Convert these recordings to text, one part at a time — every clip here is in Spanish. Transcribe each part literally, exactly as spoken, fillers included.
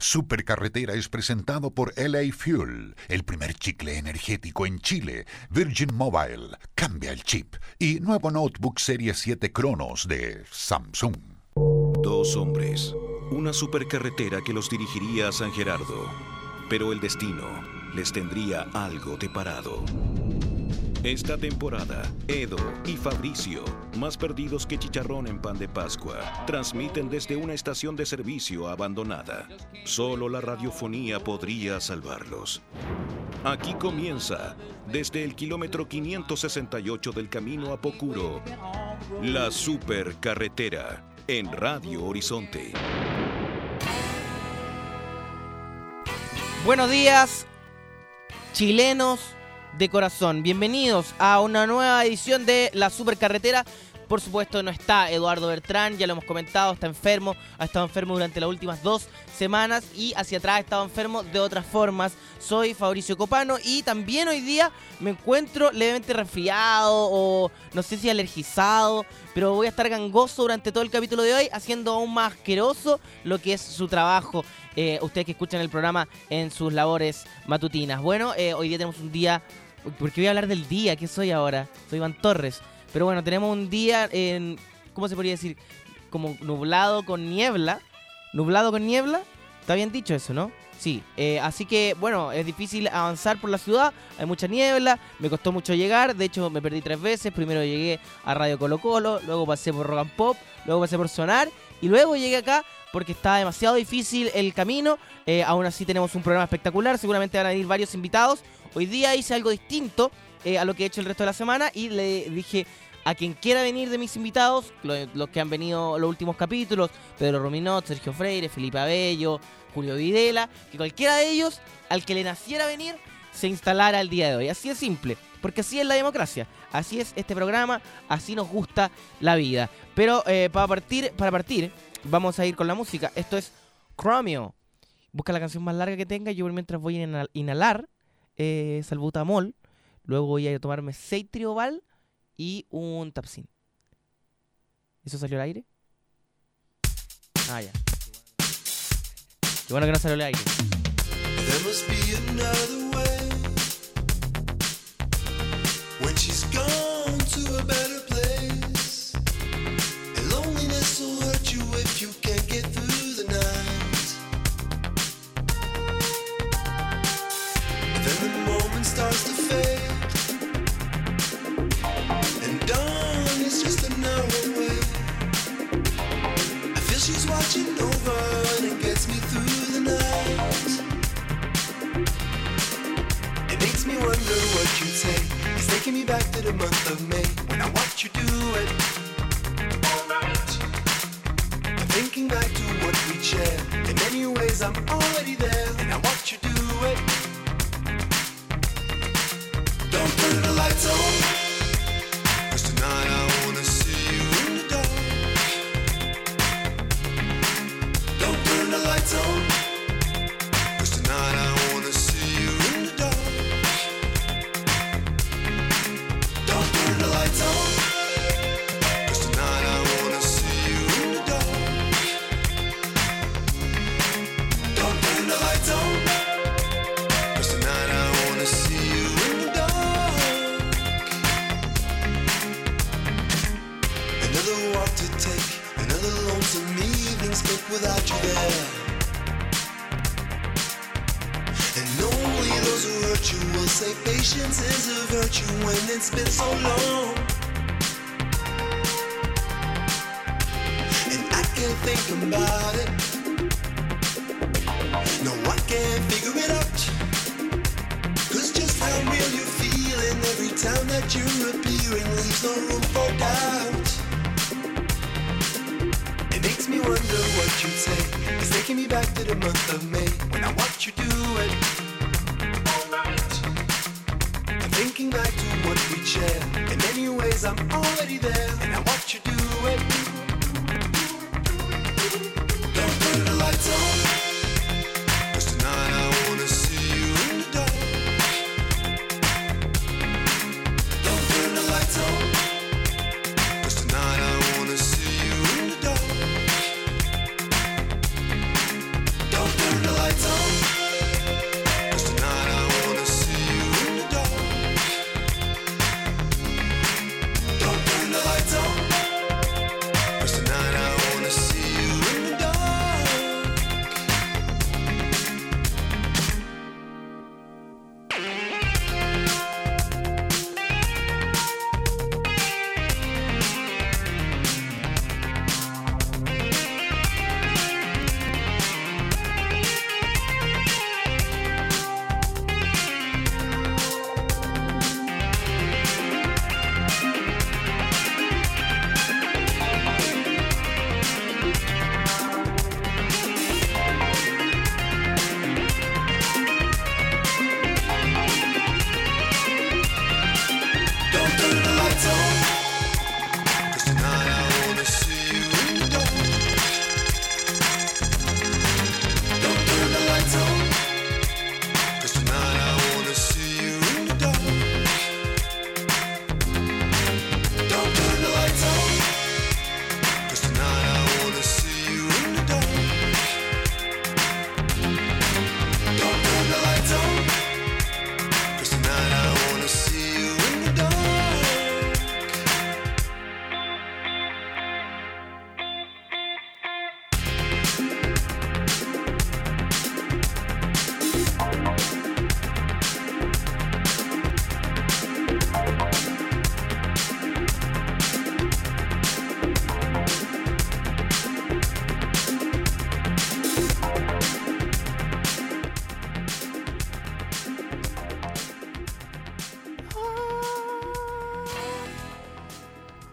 Supercarretera es presentado por L A Fuel, el primer chicle energético en Chile, Virgin Mobile, cambia el chip, y nuevo notebook Serie siete Cronos de Samsung. Dos hombres, una supercarretera que los dirigiría a San Gerardo, pero el destino les tendría algo deparado. Esta temporada, Edo y Fabricio, más perdidos que chicharrón en pan de Pascua, transmiten desde una estación de servicio abandonada. Solo la radiofonía podría salvarlos. Aquí comienza, desde el kilómetro quinientos sesenta y ocho del camino a Pocuro, la Supercarretera en Radio Horizonte. Buenos días, chilenos de corazón. Bienvenidos a una nueva edición de La Supercarretera. Por supuesto no está Eduardo Bertrán, ya lo hemos comentado, está enfermo, ha estado enfermo durante las últimas dos semanas y hacia atrás ha estado enfermo de otras formas. Soy Fabricio Copano y también hoy día me encuentro levemente resfriado o no sé si alergizado, pero voy a estar gangoso durante todo el capítulo de hoy, haciendo aún más asqueroso lo que es su trabajo. Eh, ustedes que escuchan el programa en sus labores matutinas. Bueno, eh, hoy día tenemos un día... ¿Por qué voy a hablar del día? ¿Qué soy ahora? Soy Iván Torres. Pero bueno, tenemos un día en... ¿Cómo se podría decir? Como nublado con niebla. ¿Nublado con niebla? ¿Está bien dicho eso, no? Sí. Eh, así que, bueno, es difícil avanzar por la ciudad. Hay mucha niebla. Me costó mucho llegar. De hecho, me perdí tres veces. Primero llegué a Radio Colo Colo. Luego pasé por Rock and Pop. Luego pasé por Sonar. Y luego llegué acá porque estaba demasiado difícil el camino. Eh, aún así tenemos un programa espectacular. Seguramente van a venir varios invitados. Hoy día hice algo distinto eh, a lo que he hecho el resto de la semana y le dije a quien quiera venir de mis invitados, los, los que han venido los últimos capítulos, Pedro Ruminot, Sergio Freire, Felipe Abello, Julio Videla, que cualquiera de ellos, al que le naciera venir, se instalara el día de hoy. Así es simple, porque así es la democracia, así es este programa, así nos gusta la vida. Pero eh, para partir, para partir, vamos a ir con la música. Esto es Chromio. Busca la canción más larga que tenga. Yo mientras voy a inhalar Eh, salbutamol, luego voy a tomarme seis trioval y un tapsin. ¿Eso salió al aire? Ah, ya. Qué bueno que no salió al aire. There must be another way. When she's gone to a better place, and loneliness will hurt you if you can't get through the night. Then the moment starts to fade, and dawn is just an hour away. I feel she's watching over, and it gets me through the night. It makes me wonder what you take. It's taking me back to the month of May, when I watched you do it. Alright. I'm thinking back to what we shared. In many ways I'm already there, and I watch you do it. Don't turn the lights on, 'cause tonight I wanna see you in the dark. Don't turn the lights on, 'cause tonight I wanna see you in the dark. Don't turn the lights on, 'cause tonight I wanna see you in the dark. Don't turn the lights on, 'cause tonight I wanna see you in the dark. Another walk to take, another lonesome evening spent without you there. And only those who hurt you will say patience is a virtue when it's been so long. And I can't think about it. No, I can't figure it out. 'Cause just how real you're feeling every time that you're appearing leaves no room for doubt. It makes me wonder what you take. It's taking me back to the month of May, when I watch you do it. Alright. I'm thinking back to what we shared. In many ways I'm already there, and I watch you do it. Don't turn the lights on, 'cause tonight I wanna see you in the dark. Don't turn the lights on, 'cause tonight I wanna see you in the dark. Don't turn the lights on.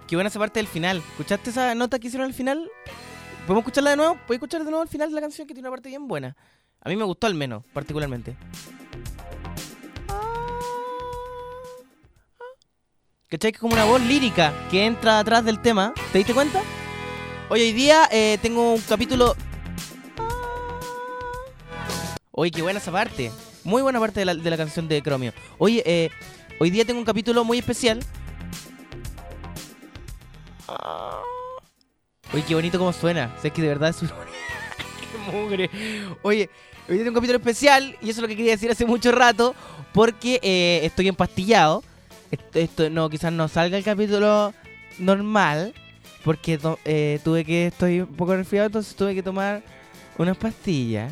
qué buena esa parte del final. ¿Escuchaste esa nota que hicieron al final? ¿Podemos escucharla de nuevo? ¿Puedes escuchar de nuevo el final de la canción que tiene una parte bien buena? A mí me gustó al menos, particularmente. ¿Cachai? Que es como una voz lírica que entra atrás del tema. ¿Te diste cuenta? Hoy, hoy día eh, tengo un capítulo... Oye, qué buena esa parte. Muy buena parte de la, de la canción de Chromio. Oye, eh, hoy día tengo un capítulo muy especial. Oye, qué bonito cómo suena. O sea, es que de verdad es un... ¡Qué mugre! Oye, hoy día tengo un capítulo especial y eso es lo que quería decir hace mucho rato porque eh, estoy empastillado. Esto, esto no, quizás no salga el capítulo normal porque to, eh, tuve que, estoy un poco resfriado, entonces tuve que tomar unas pastillas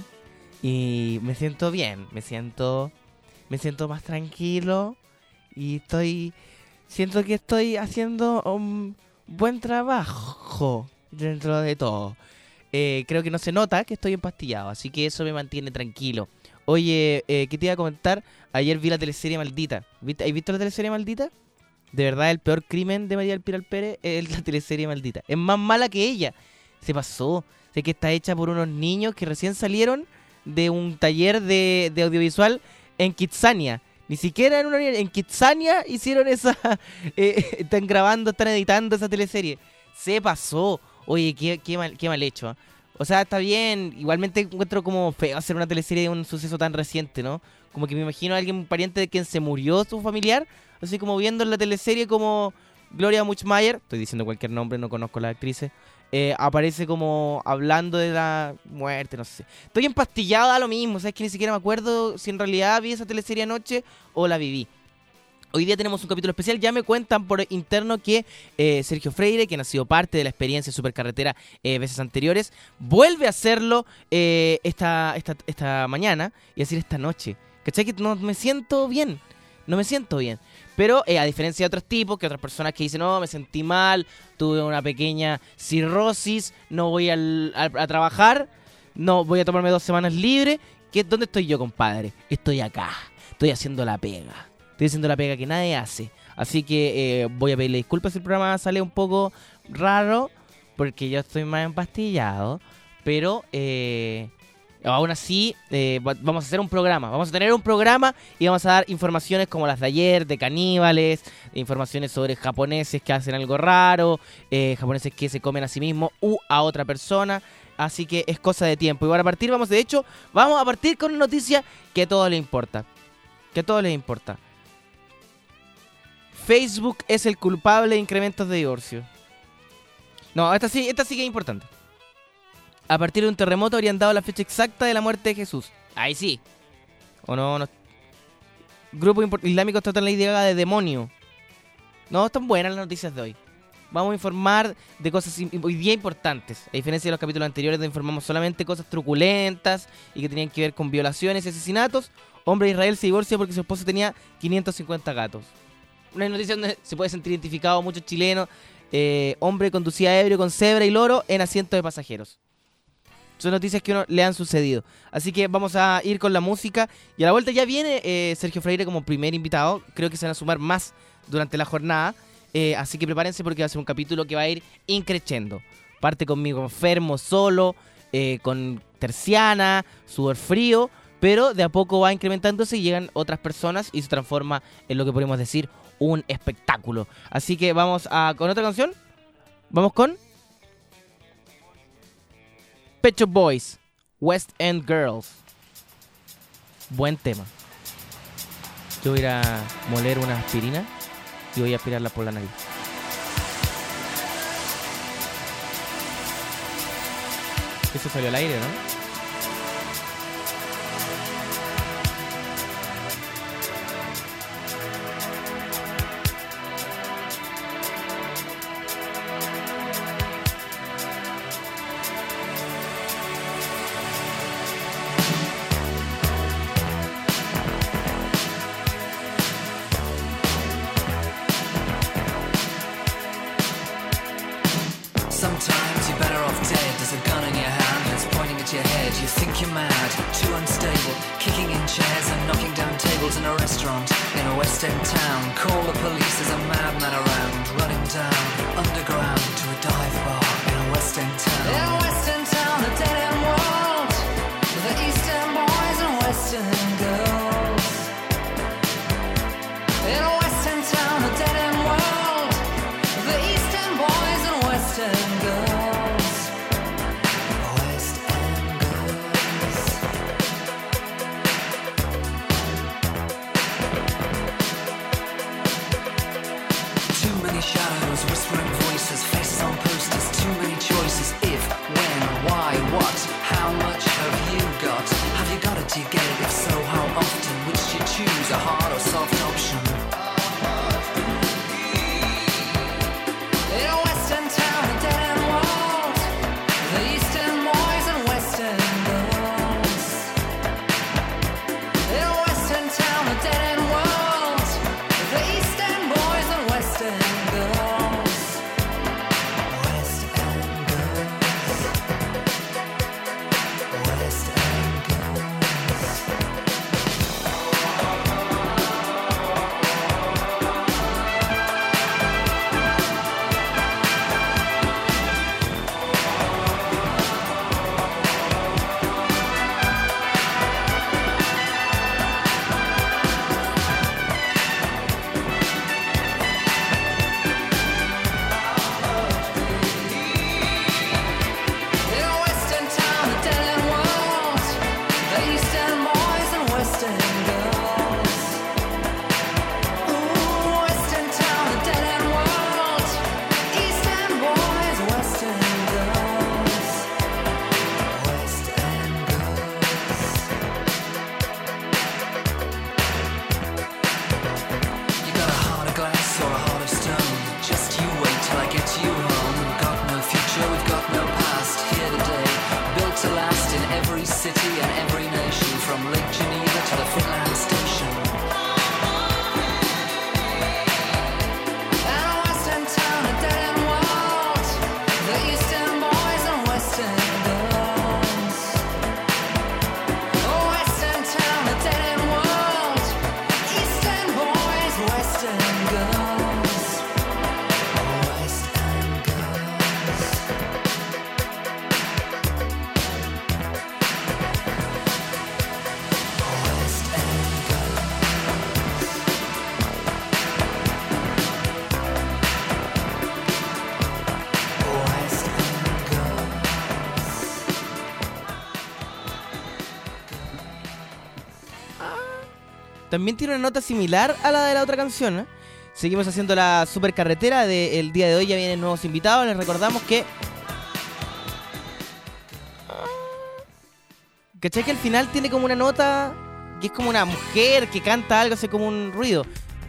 y me siento bien, me siento, me siento más tranquilo y estoy, siento que estoy haciendo un buen trabajo dentro de todo. Eh, creo que no se nota que estoy empastillado, así que eso me mantiene tranquilo. Oye, eh, ¿qué te iba a comentar? Ayer vi la teleserie Maldita. ¿Viste? ¿Has visto la teleserie Maldita? De verdad, el peor crimen de María del Pilar Pérez es la teleserie Maldita. Es más mala que ella. Se pasó. Sé que está hecha por unos niños que recién salieron de un taller de, de audiovisual en Kitsania. Ni siquiera en una en Kitsania hicieron esa... Eh, están grabando, están editando esa teleserie. Se pasó. Oye, qué, qué, mal, qué mal hecho, ¿eh? O sea, está bien. Igualmente encuentro como feo hacer una teleserie de un suceso tan reciente, ¿no? Como que me imagino a alguien, un pariente de quien se murió su familiar, así como viendo en la teleserie como Gloria Muchmayer, estoy diciendo cualquier nombre, no conozco a las actrices, eh, aparece como hablando de la muerte, no sé. Estoy empastillado, da lo mismo, ¿sabes? Que ni siquiera me acuerdo si en realidad vi esa teleserie anoche o la viví. Hoy día tenemos un capítulo especial. Ya me cuentan por interno que eh, Sergio Freire, quien ha sido parte de la experiencia Supercarretera eh, veces anteriores, vuelve a hacerlo eh, esta, esta, esta mañana y decir esta noche. ¿Cachai? Que no me siento bien. No me siento bien. Pero eh, a diferencia de otros tipos, que otras personas que dicen, no, me sentí mal, tuve una pequeña cirrosis, no voy al, a, a trabajar, no voy a tomarme dos semanas libre. ¿Qué, ¿Dónde estoy yo, compadre? Estoy acá. Estoy haciendo la pega. Estoy haciendo la pega que nadie hace. Así que eh, voy a pedirle disculpas si el programa sale un poco raro, porque yo estoy más empastillado. Pero eh, aún así eh, vamos a hacer un programa. Vamos a tener un programa y vamos a dar informaciones como las de ayer, de caníbales, informaciones sobre japoneses que hacen algo raro, eh, japoneses que se comen a sí mismos u a otra persona. Así que es cosa de tiempo. Y para partir, vamos de hecho, vamos a partir con una noticia que a todos les importa. Que a todos les importa. Facebook es el culpable de incrementos de divorcio. No, esta sí, esta sí que es importante. A partir de un terremoto habrían dado la fecha exacta de la muerte de Jesús. Ahí sí. O no, no. Grupo islámico tratan la idea de demonio. No, están buenas las noticias de hoy. Vamos a informar de cosas hoy día importantes. A diferencia de los capítulos anteriores donde informamos solamente cosas truculentas y que tenían que ver con violaciones y asesinatos. Hombre de Israel se divorcia porque su esposa tenía quinientos cincuenta gatos. Una noticia donde se puede sentir identificado muchos chilenos. Eh, hombre conducía ebrio con cebra y loro en asiento de pasajeros. Son noticias que uno le han sucedido. Así que vamos a ir con la música. Y a la vuelta ya viene eh, Sergio Freire como primer invitado. Creo que se van a sumar más durante la jornada. Eh, así que prepárense porque va a ser un capítulo que va a ir increciendo. Parte conmigo enfermo, solo, eh, con terciana, sudor frío. Pero de a poco va incrementándose y llegan otras personas y se transforma en lo que podemos decir un espectáculo. Así que vamos a con otra canción. Vamos con Pet Shop Boys, West End Girls. Buen tema. Yo voy a ir a moler una aspirina y voy a aspirarla por la nariz. Eso salió al aire, ¿no? Sometimes you're better off dead. There's a gun in your hand that's pointing at your head. You think you're mad, too unstable, kicking in chairs and knocking down tables in a restaurant in a West End town. Call the police, there's a madman around, running down Western girls. In a Western town, a dead end world. The Eastern boys and Western girls. West End girls. Too many shadows, whispering voices, faces on posters, too many choices. If, when, why, what, how much have you got? Have you got it, do you get it? If so, how often? Which do you choose, a hard or soft option? In a Western town, a dead end world. The Eastern boys and Western girls. In a Western town, a dead end world. The Eastern boys and Western girls. West End girls. West End girls. In a Western town, a dead end world. The Eastern boys and Western girls. Ooh, Western town, a dead end world. Eastern boys, Western girls. West End girls. You got a heart of glass or a heart of stone. Just you wait till I get you home. We've got no future, we've got no past. Here today, built to last in every city and every nation, from Lake Geneva to the Finland station. And a Western town, a dead end world. The Eastern boys and Western girls. A Western town, a dead end world. Eastern boys, Western girls. West End girls. West End girls. West End girls. También tiene una nota similar a la de la otra canción, ¿eh? Seguimos haciendo la supercarretera del día de hoy. Ya vienen nuevos invitados. Les recordamos que... ¿Cachai? Que al final tiene como una nota que es como una mujer que canta algo, hace como un ruido.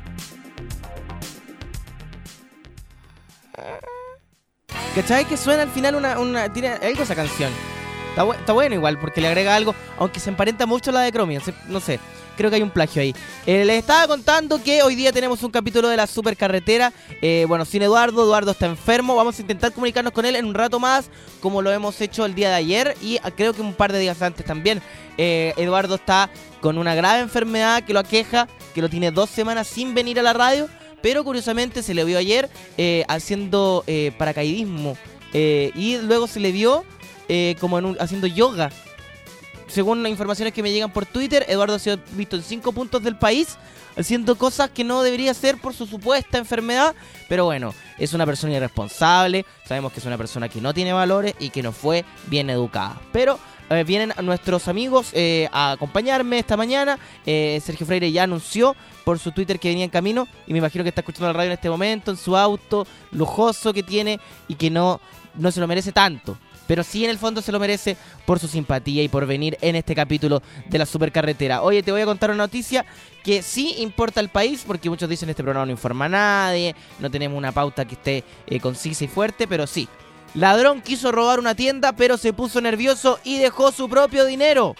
¿Cachai? Que suena al final una... una tiene algo esa canción. Está, bu- está bueno igual, porque le agrega algo, aunque se emparenta mucho a la de Chromio. se- No sé, creo que hay un plagio ahí. Eh, les estaba contando que hoy día tenemos un capítulo de la supercarretera. Eh, bueno, sin Eduardo, Eduardo está enfermo. Vamos a intentar comunicarnos con él en un rato más, como lo hemos hecho el día de ayer y ah, creo que un par de días antes también. Eh, Eduardo está con una grave enfermedad que lo aqueja, que lo tiene dos semanas sin venir a la radio, pero curiosamente se le vio ayer eh, haciendo eh, paracaidismo eh, y luego se le vio eh, como en un- haciendo yoga. Según las informaciones que me llegan por Twitter, Eduardo ha sido visto en cinco puntos del país haciendo cosas que no debería hacer por su supuesta enfermedad. Pero bueno, es una persona irresponsable. Sabemos que es una persona que no tiene valores y que no fue bien educada. Pero eh, vienen nuestros amigos eh, a acompañarme esta mañana. Eh, Sergio Freire ya anunció por su Twitter que venía en camino. Y me imagino que está escuchando la radio en este momento, en su auto lujoso que tiene y que no, no se lo merece tanto. Pero sí en el fondo se lo merece por su simpatía y por venir en este capítulo de la supercarretera. Oye, te voy a contar una noticia que sí importa al país, porque muchos dicen este programa no informa a nadie, no tenemos una pauta que esté eh, concisa y fuerte, pero sí. Ladrón quiso robar una tienda, pero se puso nervioso y dejó su propio dinero.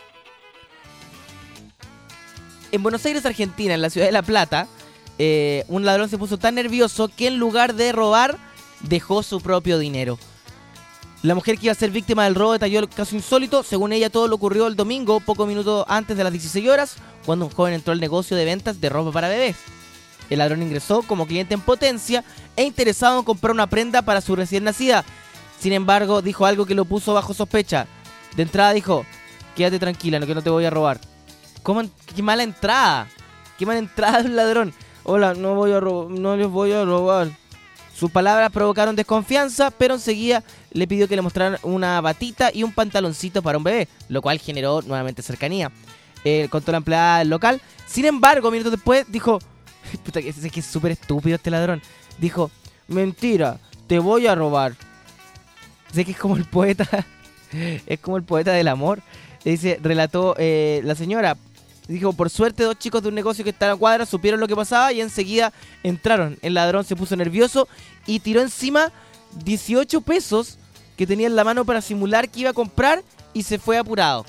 En Buenos Aires, Argentina, en la ciudad de La Plata, eh, un ladrón se puso tan nervioso que en lugar de robar, dejó su propio dinero. La mujer que iba a ser víctima del robo detalló el caso insólito. Según ella, todo lo ocurrió el domingo, pocos minutos antes de las dieciséis horas, cuando un joven entró al negocio de ventas de ropa para bebés. El ladrón ingresó como cliente en potencia e interesado en comprar una prenda para su recién nacida. Sin embargo, dijo algo que lo puso bajo sospecha. De entrada dijo: quédate tranquila, no que no te voy a robar. ¿Cómo? Qué mala entrada. Qué mala entrada de un ladrón. Hola, no voy a rob- no les voy a robar. Sus palabras provocaron desconfianza, pero enseguida le pidió que le mostraran una batita y un pantaloncito para un bebé, lo cual generó nuevamente cercanía. Eh, contó la empleada del local. Sin embargo, minutos después dijo, puta, que es que es súper estúpido este ladrón. Dijo, mentira, te voy a robar. Sé que es como el poeta, es como el poeta del amor. Dice, relató eh, la señora. Dijo, por suerte dos chicos de un negocio que está a la cuadra supieron lo que pasaba y enseguida entraron. El ladrón se puso nervioso y tiró encima dieciocho pesos que tenía en la mano para simular que iba a comprar y se fue apurado.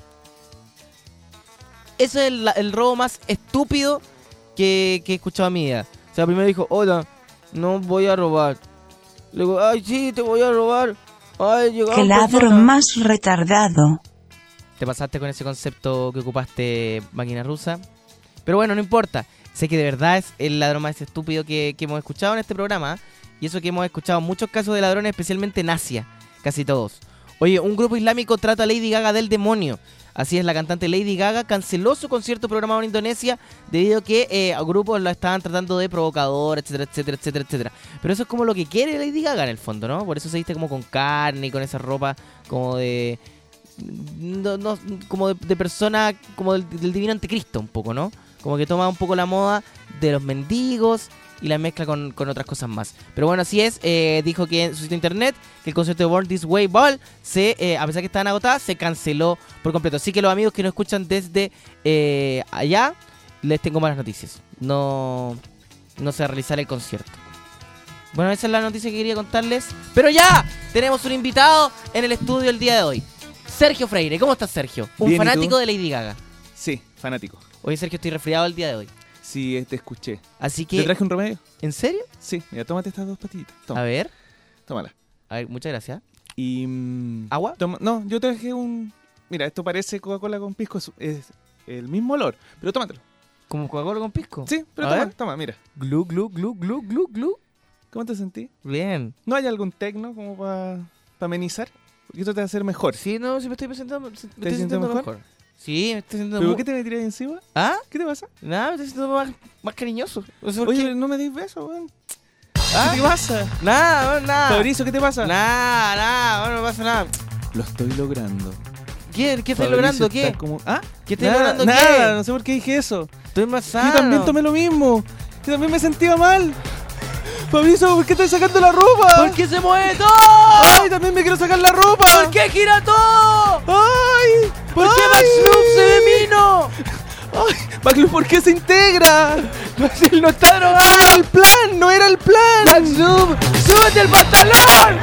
Ese es el, el robo más estúpido que, que he escuchado en mi vida. O sea, primero dijo, hola, no voy a robar. Luego, ay, sí, te voy a robar. Ay, llegaron ¡Qué ladrón personas. más retardado! Te pasaste con ese concepto que ocupaste, máquina rusa. Pero bueno, no importa. Sé que de verdad es el ladrón más estúpido que, que hemos escuchado en este programa. Y eso que hemos escuchado muchos casos de ladrones, especialmente en Asia. Casi todos. Oye, un grupo islámico trata a Lady Gaga del demonio. Así es, la cantante Lady Gaga canceló su concierto programado en Indonesia debido a que eh, grupos la estaban tratando de provocador, etcétera, etcétera, etcétera, etcétera. Pero eso es como lo que quiere Lady Gaga en el fondo, ¿no? Por eso se viste como con carne y con esa ropa como de... No, no, como de, de persona, como del, del divino anticristo un poco, ¿no? Como que toma un poco la moda de los mendigos y la mezcla con, con otras cosas más. Pero bueno, así es, eh, dijo que en su sitio internet que el concierto de Born This Way Ball, se, eh, a pesar que estaban agotadas, se canceló por completo. Así que los amigos que nos escuchan desde eh, allá, les tengo malas noticias. No, no se va a realizar el concierto. Bueno, esa es la noticia que quería contarles. Pero ya, tenemos un invitado en el estudio el día de hoy. Sergio Freire, ¿cómo estás, Sergio? Un Bien, ¿y fanático tú? de Lady Gaga. Sí, fanático. Oye, Sergio, estoy resfriado el día de hoy. Sí, eh, te escuché. Así ¿Te que... traje un remedio? ¿En serio? Sí, mira, tómate estas dos patitas. Toma, A ver, tómala. a ver, muchas gracias. Y... mm, ¿Agua? toma- no, yo traje un... Mira, esto parece Coca-Cola con pisco, es, es el mismo olor, pero tómatelo. ¿Como Coca-Cola con pisco? Sí, pero A toma, ver. toma, mira. Glu, glu, glu, glu, glu, glu. ¿Cómo te sentí? Bien. ¿No hay algún tecno como para amenizar? Porque esto te va a hacer mejor. Sí, no, sí me estoy presentando, me estoy sientes sintiendo mejor? mejor. Sí, me estoy sintiendo ¿Pero mu- qué te meterías encima? ¿Ah? ¿Qué te pasa? Nada, me estoy sintiendo más, más cariñoso. O sea, ¿por Oye, qué? no me deis besos, weón. ¿Ah? ¿Qué te pasa? Nada, bueno, nada. Fabricio, ¿qué te pasa? Nada, nada, bueno, no pasa nada. Lo estoy logrando. ¿Qué, qué estoy Fabricio logrando? está ¿Qué? como- ¿Ah? ¿Qué estoy Nada, logrando? Nada, ¿Qué? no sé por qué dije eso. Estoy más sano. Yo también tomé lo mismo. Yo también me sentía mal. Fabricio, ¿por qué estás sacando la ropa? ¿Por qué se mueve todo? ¡Ay, también me quiero sacar la ropa! ¿Por qué gira todo? ¡Ay! ¿Por qué ¡Ay! Max Luke se ve vino? ¡Ay! Max, ¿por qué se integra? ¡Él no está ¡No era drogado! el plan! ¡No era el plan! ¡Max Luke, súbete el pantalón!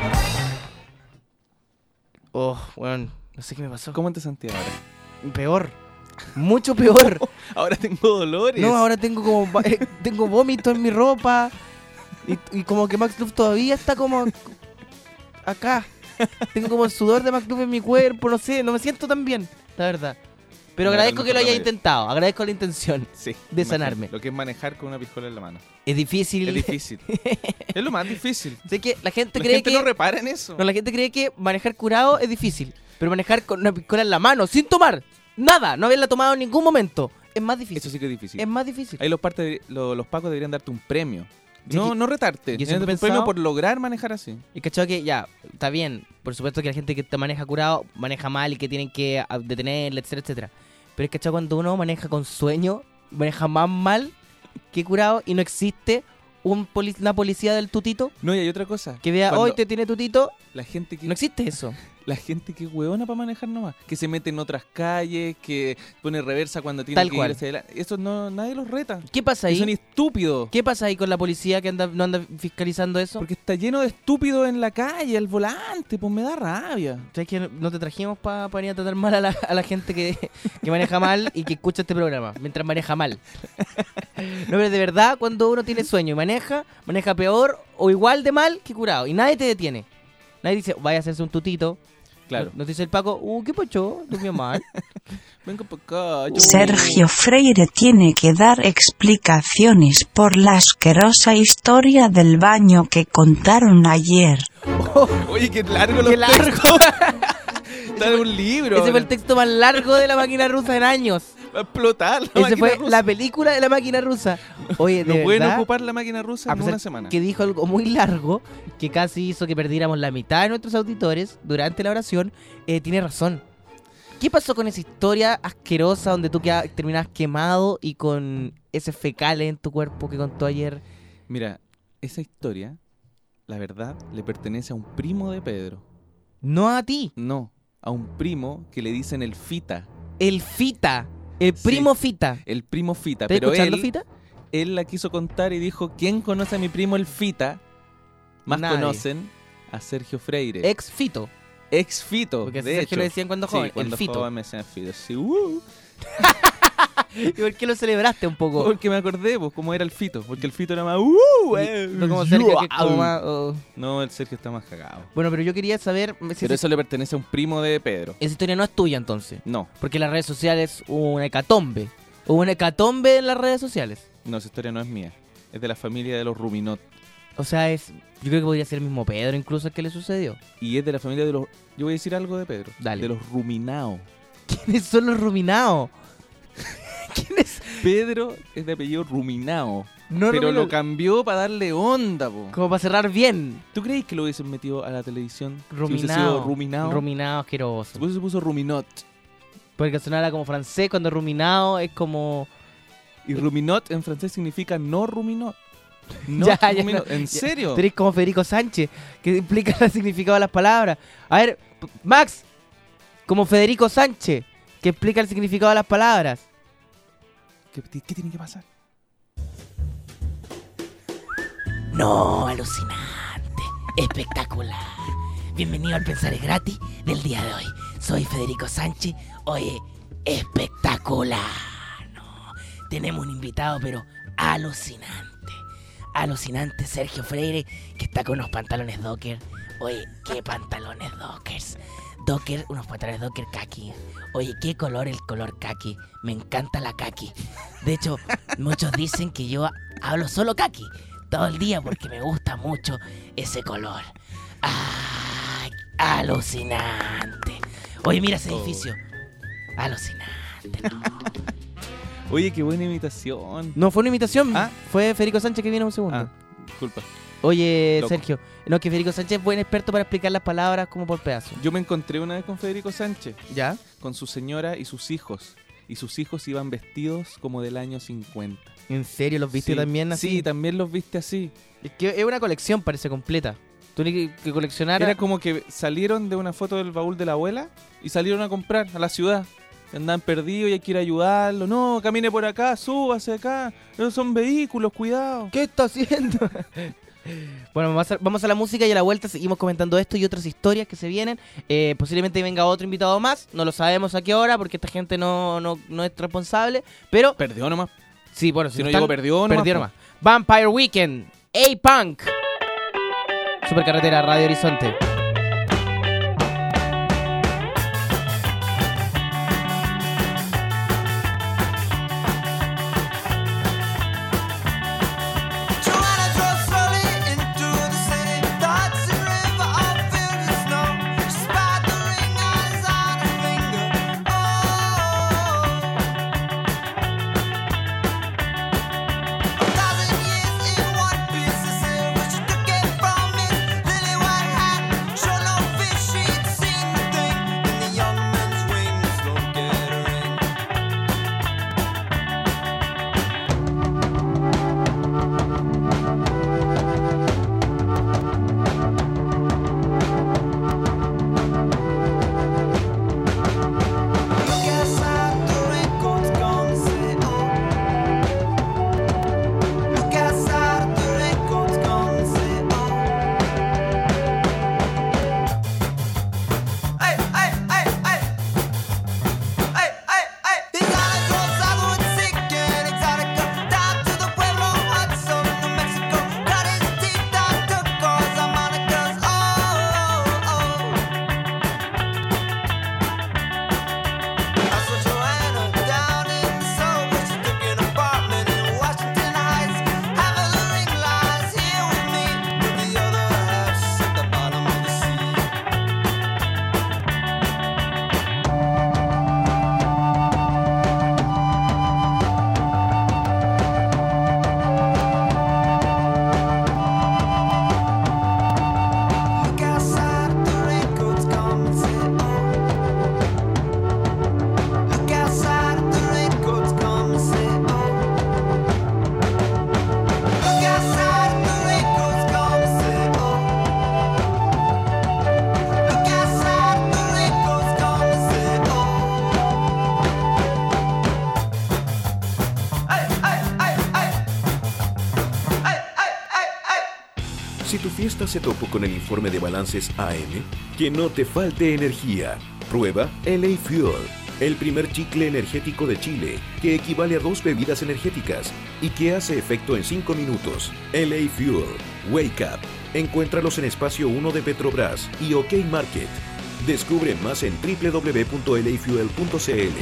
Oh, bueno, no sé qué me pasó. ¿Cómo te sentías ahora? Peor. Mucho peor. Ahora tengo dolores. No, ahora tengo como va- eh, tengo vómito en mi ropa. Y, y como que Max Luff todavía está como acá. Tengo como el sudor de Max Luff en mi cuerpo, no sé, no me siento tan bien, la verdad. Pero No era el agradezco que lo mejor haya remedio. intentado, agradezco la intención. Sí. de imagínate, sanarme. Lo que es manejar con una pistola en la mano. Es difícil. Es difícil. Es lo más difícil. Sé que la gente La cree gente que no repara en eso. no, la gente cree que manejar curado es difícil, pero manejar con una pistola en la mano sin tomar nada, no haberla tomado en ningún momento, es más difícil. Eso sí que es difícil. Es más difícil. Ahí los, parte, lo- los pacos deberían darte un premio. Sí, No, que- no retarte. yo Deberían siempre he darte un premio pensado- por lograr manejar así. Y cachado que ya, está bien, por supuesto que la gente que te maneja curado maneja mal y que tienen que ah, detenerle, etcétera, etcétera. Pero es cachado cuando uno maneja con sueño, maneja más mal que curado y no existe un poli- una policía del tutito No, y hay otra cosa. que vea, Cuando hoy te tiene tutito. La gente que No existe eso. la gente que es hueona para manejar nomás, que se mete en otras calles, que pone reversa cuando tiene Tal que cual. ir hacia adelante. Eso no, nadie los reta. ¿Qué pasa Y son ahí? estúpidos. ¿Qué pasa ahí con la policía que anda, no anda fiscalizando eso? Porque está lleno de estúpidos en la calle, al volante, pues me da rabia. ¿Sabes que no te trajimos para venir a tratar mal a la, a la gente que, que maneja mal y que escucha este programa mientras maneja mal? No, pero de verdad, cuando uno tiene sueño y maneja, maneja peor o igual de mal que curado. Y nadie te detiene. Nadie dice, vaya a hacerse un tutito. Claro. Nos dice el Paco, uh, ¿qué pacho? Durmió mal. Venga para acá. yo- Sergio Freire tiene que dar explicaciones por la asquerosa historia del baño que contaron ayer. Oye, qué largo los ¡Qué largo! textos. Está en un libro. Ese fue el texto más largo de la máquina rusa en años. Va a explotar la Esa máquina fue rusa. la película de la máquina rusa. Oye, de No pueden verdad, ocupar la máquina rusa a en pesar una semana. que dijo algo muy largo que casi hizo que perdiéramos la mitad de nuestros auditores durante la oración, eh, tiene razón. ¿Qué pasó con esa historia asquerosa donde tú queda- terminabas quemado y con ese fecales en tu cuerpo que contó ayer? Mira, esa historia, la verdad, le pertenece a un primo de Pedro. No a ti, No, a un primo que le dicen el Fita. el Fita, el Sí. primo Fita. El primo Fita. ¿Estás Pero escuchando, él, Fita? él la quiso contar y dijo, ¿quién conoce a mi primo el Fita? Más Nadie. conocen a Sergio Freire. Ex Fito. Ex Fito, Porque así de Sergio hecho. le decían cuando joven, Sí, cuando el Fito. joven me decían Fito. Sí, uh. ¿Y por qué lo celebraste un poco? Porque me acordé, pues, cómo era el Fito. Porque el Fito era más... Uh, eh, No como Sergio, que es como más, oh. No, el Sergio está más cagado. Bueno, pero yo quería saber si Pero esa, eso le pertenece a un primo de Pedro. esa historia no es tuya entonces. No, Porque en las redes sociales hubo una hecatombe. Hubo una hecatombe en las redes sociales. no, esa historia no es mía. Es de la familia de los Ruminot. O sea, es yo creo que podría ser el mismo Pedro incluso el que le sucedió. Y es de la familia de los... Yo voy a decir algo de Pedro. Dale. De los Ruminao. ¿Quiénes son los ruminados? ¿Quiénes? Pedro es de apellido Ruminao. No pero Rumino- lo cambió para darle onda, po. Como para cerrar bien. ¿Tú crees que lo hubiesen metido a la televisión? Si hubiese Ruminado. sido Ruminao. Ruminado asqueroso. Después se puso Ruminot. Porque sonara como francés cuando ruminado es como... Y Ruminot en francés significa no Ruminot. No Ya, ya, Ruminot. no, ¿En ya. serio? Tú eres como Federico Sánchez, que implica el significado de las palabras. A ver, P- Max, como Federico Sánchez, que explica el significado de las palabras. ¿Qué, qué tiene que pasar? No, alucinante, espectacular. Bienvenido al Pensar es Gratis del día de hoy. Soy Federico Sánchez. Oye, espectacular. No, tenemos un invitado, pero alucinante. Alucinante Sergio Freire, que está con unos pantalones Docker. Oye, qué pantalones Dockers. Docker, unos pantalones Docker kaki. Oye, qué color el color kaki. Me encanta la kaki. De hecho, muchos dicen que yo hablo solo kaki todo el día porque me gusta mucho ese color. ¡Ay! Alucinante. Oye, mira ese edificio. Alucinante, ¿no? Oye, qué buena imitación. No fue una imitación, ¿Ah? fue Federico Sánchez que vino un segundo. Ah, disculpa. Oye, Loco. Sergio, no, que Federico Sánchez es buen experto para explicar las palabras como por pedazos. Yo me encontré una vez con Federico Sánchez, ¿Ya? con su señora y sus hijos. Y sus hijos iban vestidos como del año cincuenta. ¿En serio los viste Sí, también así? Sí, también los viste así. Es que es una colección, parece completa. Tú tienes que, que coleccionar. Era como que salieron de una foto del baúl de la abuela y salieron a comprar a la ciudad. Andaban perdidos y hay que ir a ayudarlo. No, camine por acá, súbase acá. No son vehículos, cuidado. ¿Qué está haciendo? Bueno, vamos a, vamos a la música y a la vuelta seguimos comentando esto y otras historias que se vienen. Eh, posiblemente venga otro invitado más. No lo sabemos a qué hora porque esta gente no, no, no es responsable. Pero Perdió nomás. sí, bueno, Si no están- llegó, perdió nomás. Perdió po. nomás. Vampire Weekend, A-Punk. Supercarretera, Radio Horizonte. Joanna drove slowly into the city. The Hudson River all filled with snow. She spied the ring eyes on her finger. Oh, a thousand years in one piece of silver. She took it from his lily white hat. si tu fiesta se topó con el informe de balances A M, que no te falte energía. Prueba L A Fuel, el primer chicle energético de Chile, que equivale a dos bebidas energéticas y que hace efecto en cinco minutos. L A Fuel, Wake Up. Encuéntralos en Espacio uno de Petrobras y OK Market. Descubre más en doble u doble u doble u punto l a fuel punto c l.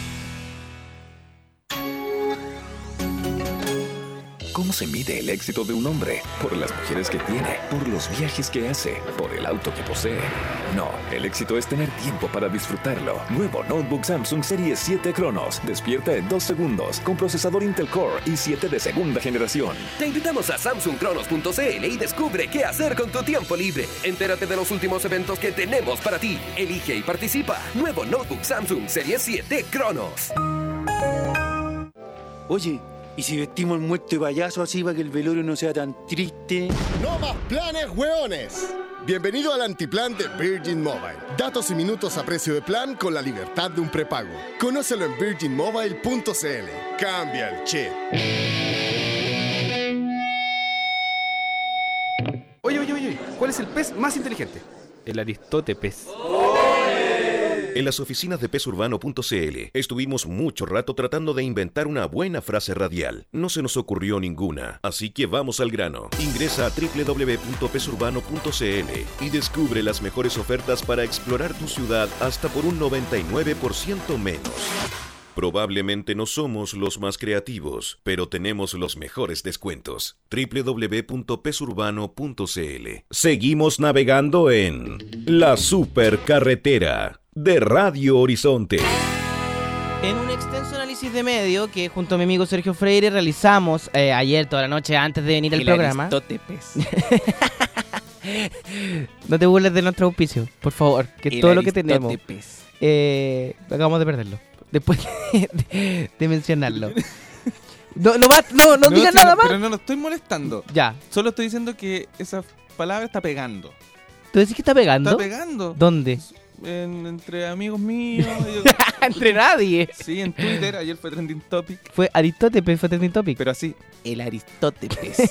¿Cómo se mide el éxito de un hombre? Por las mujeres que tiene, por los viajes que hace, por el auto que posee. No, el éxito es tener tiempo para disfrutarlo. Nuevo notebook Samsung Serie siete Cronos. Despierta en dos segundos con procesador Intel Core i siete de segunda generación. Te invitamos a samsung cronos punto c l y descubre qué hacer con tu tiempo libre. Entérate de los últimos eventos que tenemos para ti. Elige y participa. Nuevo notebook Samsung Serie siete Cronos. Oye, ¿y si vestimos el muerto de payaso así para que el velorio no sea tan triste? ¡No más planes, hueones! Bienvenido al antiplan de Virgin Mobile. Datos y minutos a precio de plan con la libertad de un prepago. Conócelo en virgin mobile punto c l. Cambia el chip. Oye, oye, oye, ¿cuál es el pez más inteligente? El Aristóteles. En las oficinas de pez urbano punto c l estuvimos mucho rato tratando de inventar una buena frase radial. No se nos ocurrió ninguna, así que vamos al grano. Ingresa a doble u doble u doble u punto pez urbano punto c l y descubre las mejores ofertas para explorar tu ciudad hasta por un noventa y nueve por ciento menos. Probablemente no somos los más creativos, pero tenemos los mejores descuentos. doble u doble u doble u punto pez urbano punto c l. Seguimos navegando en la supercarretera de Radio Horizonte. En un extenso análisis de medio que junto a mi amigo Sergio Freire realizamos eh, ayer toda la noche antes de venir al programa. Aristóteles. No te burles de nuestro auspicio, por favor, que El todo lo que tenemos Aristóteles. eh, acabamos de perderlo. Después de, de- de mencionarlo. No, no, más- no, no digas sí, nada más. Pero no lo estoy molestando. Ya. Solo estoy diciendo que esa palabra está pegando. ¿Tú decís que está pegando? Está pegando. ¿Dónde? En- entre amigos míos. Entre nadie. Sí, en Twitter. Ayer fue trending topic. Fue Aristóteles, fue trending topic. Pero así. El Aristóteles.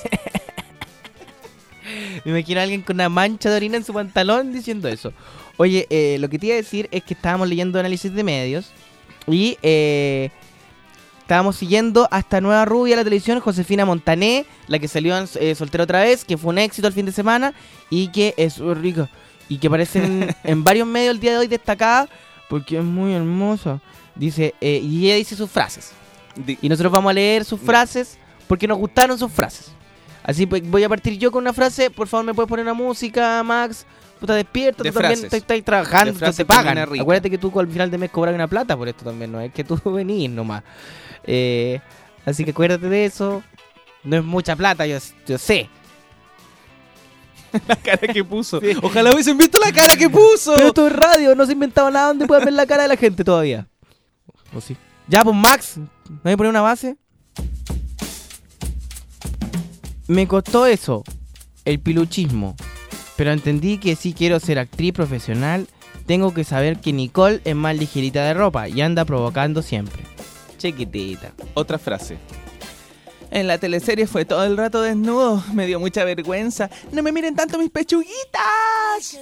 Me imagino a alguien con una mancha de orina en su pantalón diciendo eso. Oye, eh, lo que te iba a decir es que estábamos leyendo análisis de medios y eh, estábamos siguiendo a esta nueva rubia de la televisión, Josefina Montané, la que salió en eh, Soltera otra vez, que fue un éxito el fin de semana y que es muy rica y que aparece en, en varios medios el día de hoy destacada porque es muy hermosa. Dice, eh, y ella dice sus frases. Di- Y nosotros vamos a leer sus frases porque nos gustaron sus frases. Así pues voy a partir yo con una frase. Por favor, ¿me puedes poner una música, Max? Puta, despierta, De tú también frases. estás, estás trabajando, De frases te pagan. femeninas ricas. Acuérdate que tú al final de mes cobras una plata por esto también, no es que tú venís nomás. Eh, así que acuérdate de eso. No es mucha plata, yo, yo sé. La cara que puso. Ojalá hubiesen visto la cara que puso. Pero esto es radio, no se ha inventado nada donde puedas ver la cara de la gente todavía. ¿O sí? Ya, pues Max, ¿me voy a poner una base? Me costó eso, el piluchismo. Pero entendí que si quiero ser actriz profesional, tengo que saber que Nicole es más ligerita de ropa y anda provocando siempre. Chiquitita. Otra frase. En la teleserie fue todo el rato desnudo. Me dio mucha vergüenza. No me miren tanto mis pechuguitas.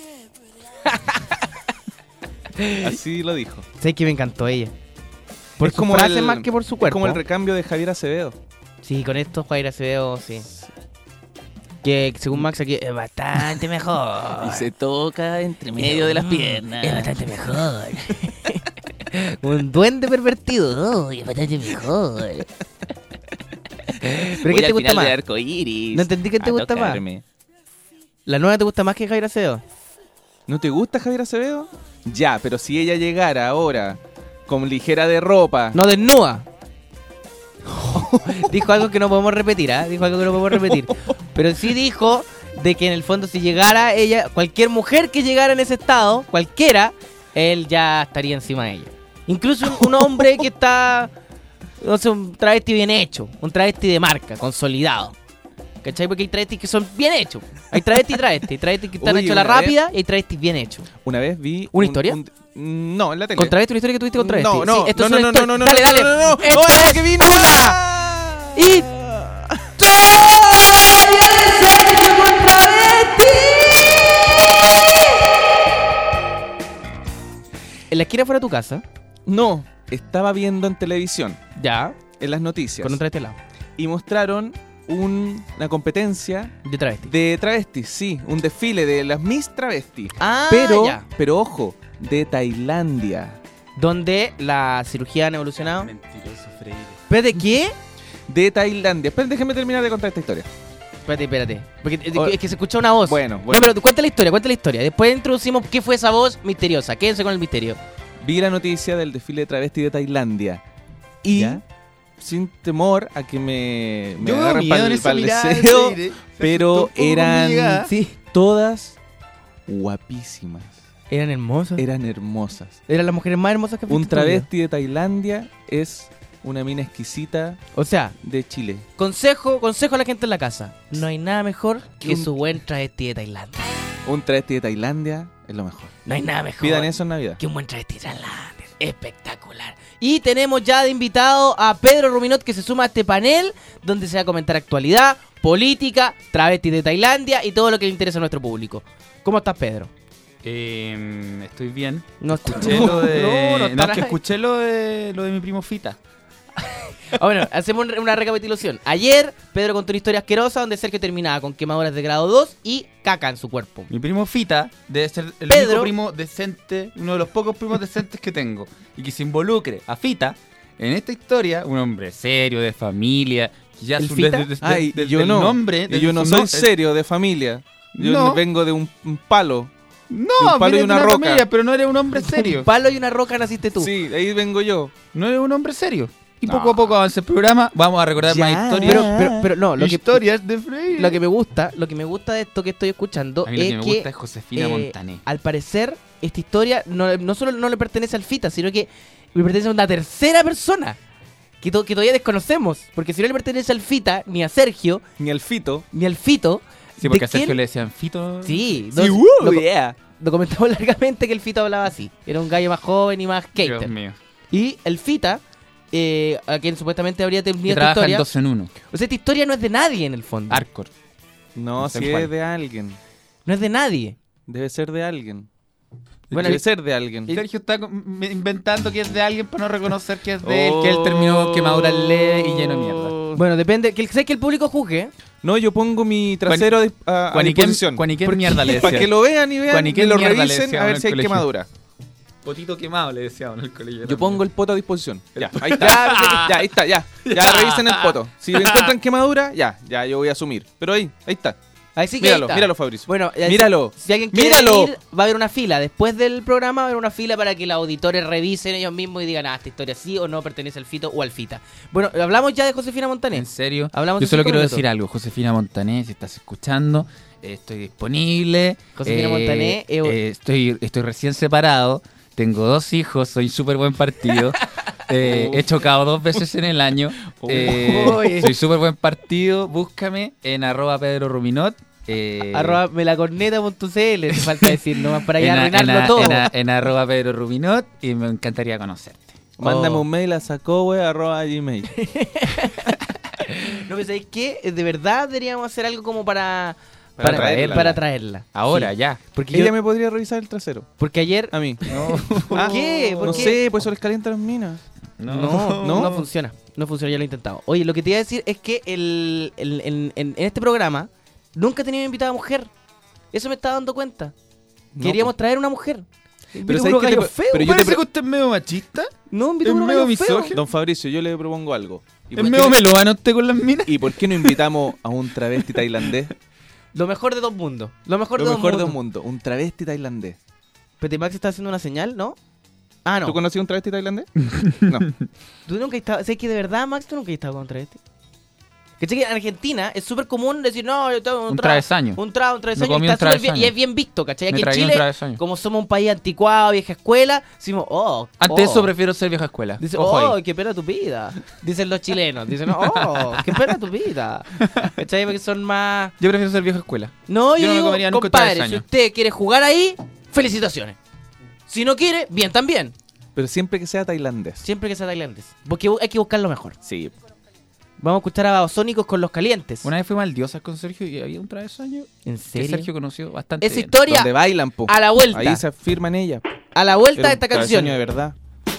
Así lo dijo. Sé que me encantó ella. Por Es su como frase el- más que por su cuerpo. Es como el recambio de Javier Acevedo. Sí, con esto Jair Acevedo, sí. Que según Max aquí es bastante mejor. Y se toca entre medio de las piernas. Es bastante mejor. Un duende pervertido. Oh, es bastante mejor. ¿Pero Voy qué te al gusta final más? del arco iris No entendí qué te a gusta más. tocarme. ¿La nueva te gusta más que Jair Acevedo? ¿No te gusta Javier Acevedo? Ya, pero si ella llegara ahora con ligera de ropa. No, desnuda. Dijo algo que no podemos repetir, ¿ah? Dijo algo que no podemos repetir. Pero sí dijo de que en el fondo si llegara ella, cualquier mujer que llegara en ese estado, cualquiera, él ya estaría encima de ella. Incluso un, un hombre que está, no sé, un travesti bien hecho, un travesti de marca, consolidado. ¿Cachai? Porque hay travestis que son bien hechos. Hay travestis y travestis. Hay travestis que están Oye, hechos a la una vez- rápida y hay travestis bien hechos. Una vez vi. ¿Una un- historia? un- no, en la tele. ¿Con travesti? ¿Una historia que tuviste con travesti? No, no, Sí, esto no, es no, una no, no, historia. no, Dale, no, dale. no, no, no. Esto ¡Oh, la es que vino! una ¡Ah! Y... ¡Soy el Sergio contra en la esquina fuera de tu casa. No, estaba viendo en televisión, Ya. en las noticias. Con un travesti al lado. Y mostraron un- una competencia De travesti. de travestis, sí, un desfile de las Miss Travesti. Ah, pero, ya. pero ojo, de Tailandia. Donde la cirugía han evolucionado. Mentiroso, Freire. ¿Espérate, qué? De Tailandia. Esperen, déjenme terminar de contar esta historia. Espérate, espérate. Porque es O- que- es que se escucha una voz. Bueno, No, bueno. pero cuenta la historia, cuenta la historia. Después introducimos qué fue esa voz misteriosa. Quédense con el misterio. Vi la noticia del desfile de travesti de Tailandia. Y, ¿Ya? sin temor a que me, me Yo veo agarren miedo pa'l- en esa pa'l mirada de deseo, Freire. Se pero asustó un poco con mi eran llegada. Sí. todas guapísimas. Eran hermosas. Eran hermosas. Eran las mujeres más hermosas que has Un visto en tu vida. travesti de Tailandia es una mina exquisita O sea, de Chile. consejo, consejo a la gente en la casa. No hay nada mejor que Un- su buen travesti de Tailandia. Un travesti de Tailandia es lo mejor. No hay nada mejor Pidan eso en Navidad. que un buen travesti de Tailandia. Espectacular. Y tenemos ya de invitado a Pedro Ruminot, que se suma a este panel donde se va a comentar actualidad, política, travesti de Tailandia y todo lo que le interesa a nuestro público. ¿Cómo estás, Pedro? Eh, estoy bien. No Escuché lo de. No, no no, estarás es que ahí. escuché lo de lo de mi primo Fita. Ah, bueno, hacemos una recapitulación. Ayer, Pedro contó una historia asquerosa donde Sergio terminaba con quemaduras de grado dos y caca en su cuerpo. Mi primo Fita debe ser el Pedro. único primo decente, uno de los pocos primos decentes que tengo. Y que se involucre a Fita en esta historia, un hombre serio, de familia. que Ya ¿El su, Fita? desde- desde- Ay, desde yo el no. nombre, Y desde yo no su soy no- serio de familia. Yo No. vengo de un, un palo. No, un palo y vienes de una roca. familia, pero no eres un hombre serio. Un palo y una roca naciste tú. Sí, ahí vengo yo. No eres un hombre serio. Y No. poco a poco avanza el programa. Vamos a recordar Ya. más historias. Pero, pero, pero no, lo que, historias de Freire. lo que me gusta, lo que me gusta de esto que estoy escuchando A mí lo es que me que gusta es Josefina eh, Montané. al parecer esta historia no, no solo no le pertenece al Fita, sino que le pertenece a una tercera persona que, to- que todavía desconocemos, porque si no le pertenece al Fita, ni a Sergio, Ni al Fito. ni al Fito, Sí, porque ¿de a Sergio quién? le decían Fito. Sí, Sí, no- woo, lo, yeah. lo comentamos largamente que el Fita hablaba así. Era un gallo más joven y más Dios skater. mío. Y el Fita, eh, a quien supuestamente habría tenido Que esta trabaja en historia. dos en uno. O sea, esta historia no es de nadie en el fondo. Arcor. No, No sé si cuál. es de alguien. No es de nadie. Debe ser de alguien. Bueno, Debe el- ser de alguien. Sergio está con- m- inventando que es de alguien para no reconocer que es de él, que él Oh. terminó quemadura leve y lleno de mierda. Bueno, depende. Que, sé que el público juzgue. No, yo pongo mi trasero a, dis- a- a Juaniquén disposición. Juaniquén mierda le decía. Para que lo vean y vean Juaniquén y lo mierda le revisen decíamos a en ver el si hay colegio. quemadura. Potito quemado le decíamos en el colegio. Yo pongo el poto a disposición. Ya, ahí está. Ya, ahí está, ya. Ya revisen el poto. Si me encuentran quemadura, ya, ya yo voy a asumir. Pero ahí, ahí está. Ahí sí que Míralo, ahí está. míralo, Fabricio. Bueno, eh, Míralo. Si, si alguien quiere Míralo. ir, va a haber una fila. Después del programa va a haber una fila para que los auditores revisen ellos mismos y digan, ah, esta historia sí o no pertenece al Fito o al Fita. Bueno, hablamos ya de Josefina Montané. ¿En serio? Hablamos Yo de solo cinco quiero minutos. decir algo. Josefina Montané, si estás escuchando, eh, estoy disponible. Josefina Montané, eh, eh, estoy, estoy recién separado. Tengo dos hijos, soy súper buen partido. eh, he chocado dos veces en el año. Eh, Oye. soy súper buen partido. Búscame en arroba Pedro Ruminot. Eh, Arroba melacorneta.cl, te falta decir nomás para ya en, a- arruinarlo en a- todo. En, a- en arroba Pedro Ruminot y me encantaría conocerte. Mándame Oh. un mail a sacowe arroba gmail. No, ¿sabéis qué? De verdad deberíamos hacer algo como para... Para traerla. Para traerla. Ahora, Sí. ya. Porque, Ella yo- me podría revisar el trasero. porque ayer... A mí. ¿Por Ah, qué? ¿Por no qué? sé, pues eso les calienta las minas. No, no, No. funciona. No funciona, ya lo he intentado. Oye, lo que te iba a decir es que el, el- en, en- en este programa nunca he tenido invitada mujer. Eso me estaba dando cuenta. No, Queríamos po. traer una mujer. Pero Invito ¿sabes a qué te gallo pa- feo. pero yo te ¿Parece pre- que usted es medio machista? No, invito ¿Es a unos medio gallos feos. misógino? Don Fabricio, yo le propongo algo. ¿Y ¿Es por, medio qué, melómano usted con las minas? ¿Y por qué no invitamos a un travesti tailandés? Lo mejor de dos mundos. Lo mejor Lo de mejor dos de un mundos. mundo. Un travesti tailandés. Petit Max está haciendo una señal, ¿no? Ah, no. ¿Tú conocías un travesti tailandés? No. Tú nunca has estado... ¿Sabes que de verdad, Max, tú nunca has estado con un travesti? ¿Cachai que en Argentina es súper común decir, no, yo tengo un, Un tra- travesaño. Un tra, un travesaño. Me comí y, está un súper bien- travesaño. y es bien visto, ¿cachai? Me Aquí en tragué un Chile, travesaño. como somos un país anticuado, vieja escuela, decimos, oh, Ante oh. eso prefiero ser vieja escuela. Dice, Ojo oh, ahí. qué pena tu vida. Dicen los chilenos. Dicen, oh, qué pena tu vida. ¿Cachai? Porque son más... Yo prefiero ser vieja escuela. No, yo, Yo no me digo, comería nunca un compadre, si travesaño. usted quiere jugar ahí, felicitaciones. Si no quiere, bien también. Pero siempre que sea tailandés. Siempre que sea tailandés. Porque hay que buscar lo mejor. Sí. Vamos a escuchar a Babasónicos con Los Calientes. Una vez fuimos al Diosas con Sergio y había un travesaño ¿En que serio? Sergio conoció bastante Esa bien. historia Donde bailan, po. a la vuelta. Ahí se afirman ellas. A la vuelta Era de un esta canción. cabezaño de verdad.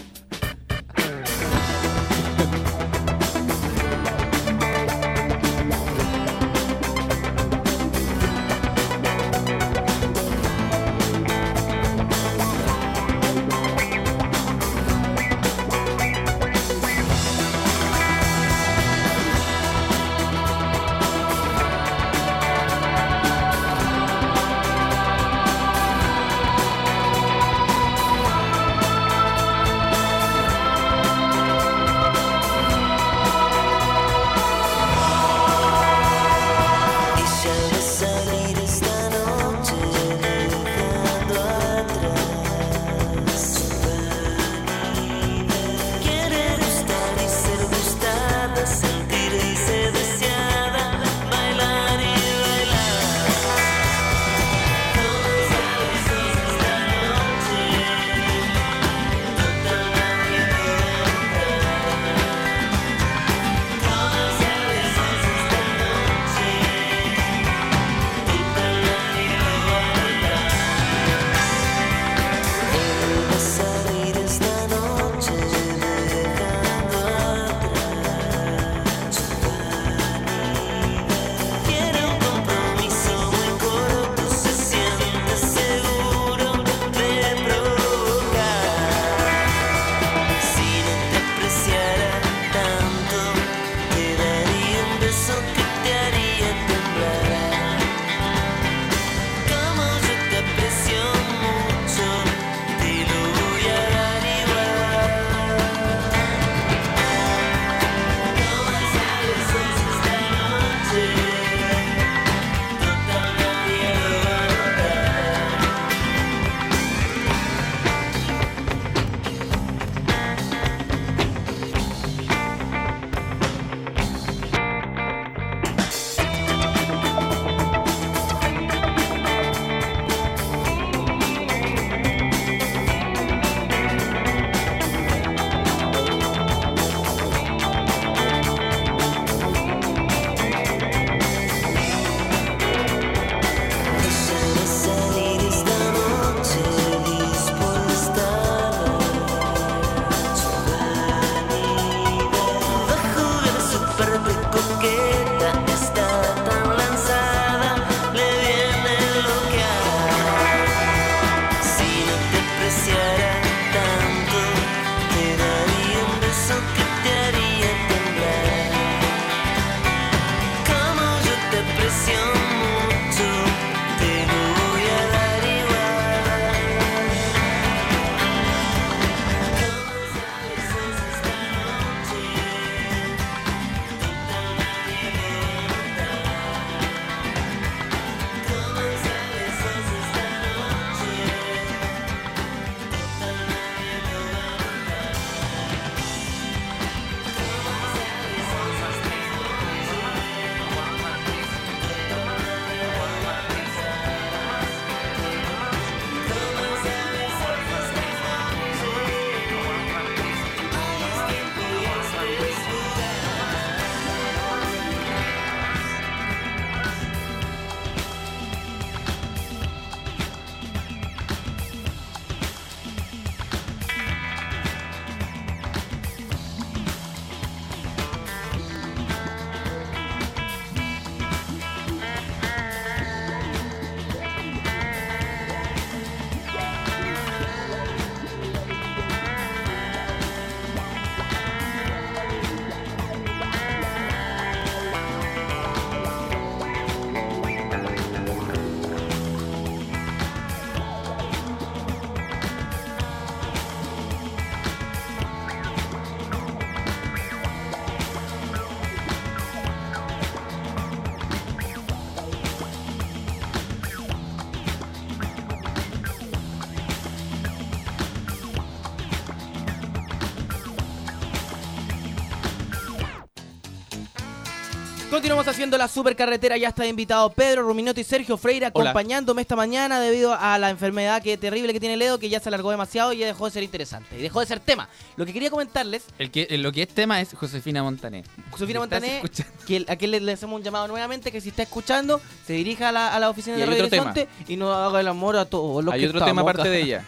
Continuamos haciendo la supercarretera, ya está invitado Pedro Ruminotti y Sergio Freire Hola. acompañándome esta mañana debido a la enfermedad que terrible que tiene Ledo, que ya se alargó demasiado y ya dejó de ser interesante, y dejó de ser tema. Lo que quería comentarles, El que, lo que es tema es Josefina Montané. Josefina ¿Me estás Montané, escuchando? que el- a quien le, le hacemos un llamado nuevamente, que si está escuchando, se dirija a la, a la oficina Y de hay Radio otro tema. Horizonte y no haga el amor a todos los Hay que otro tema estamos aparte acá. de ella.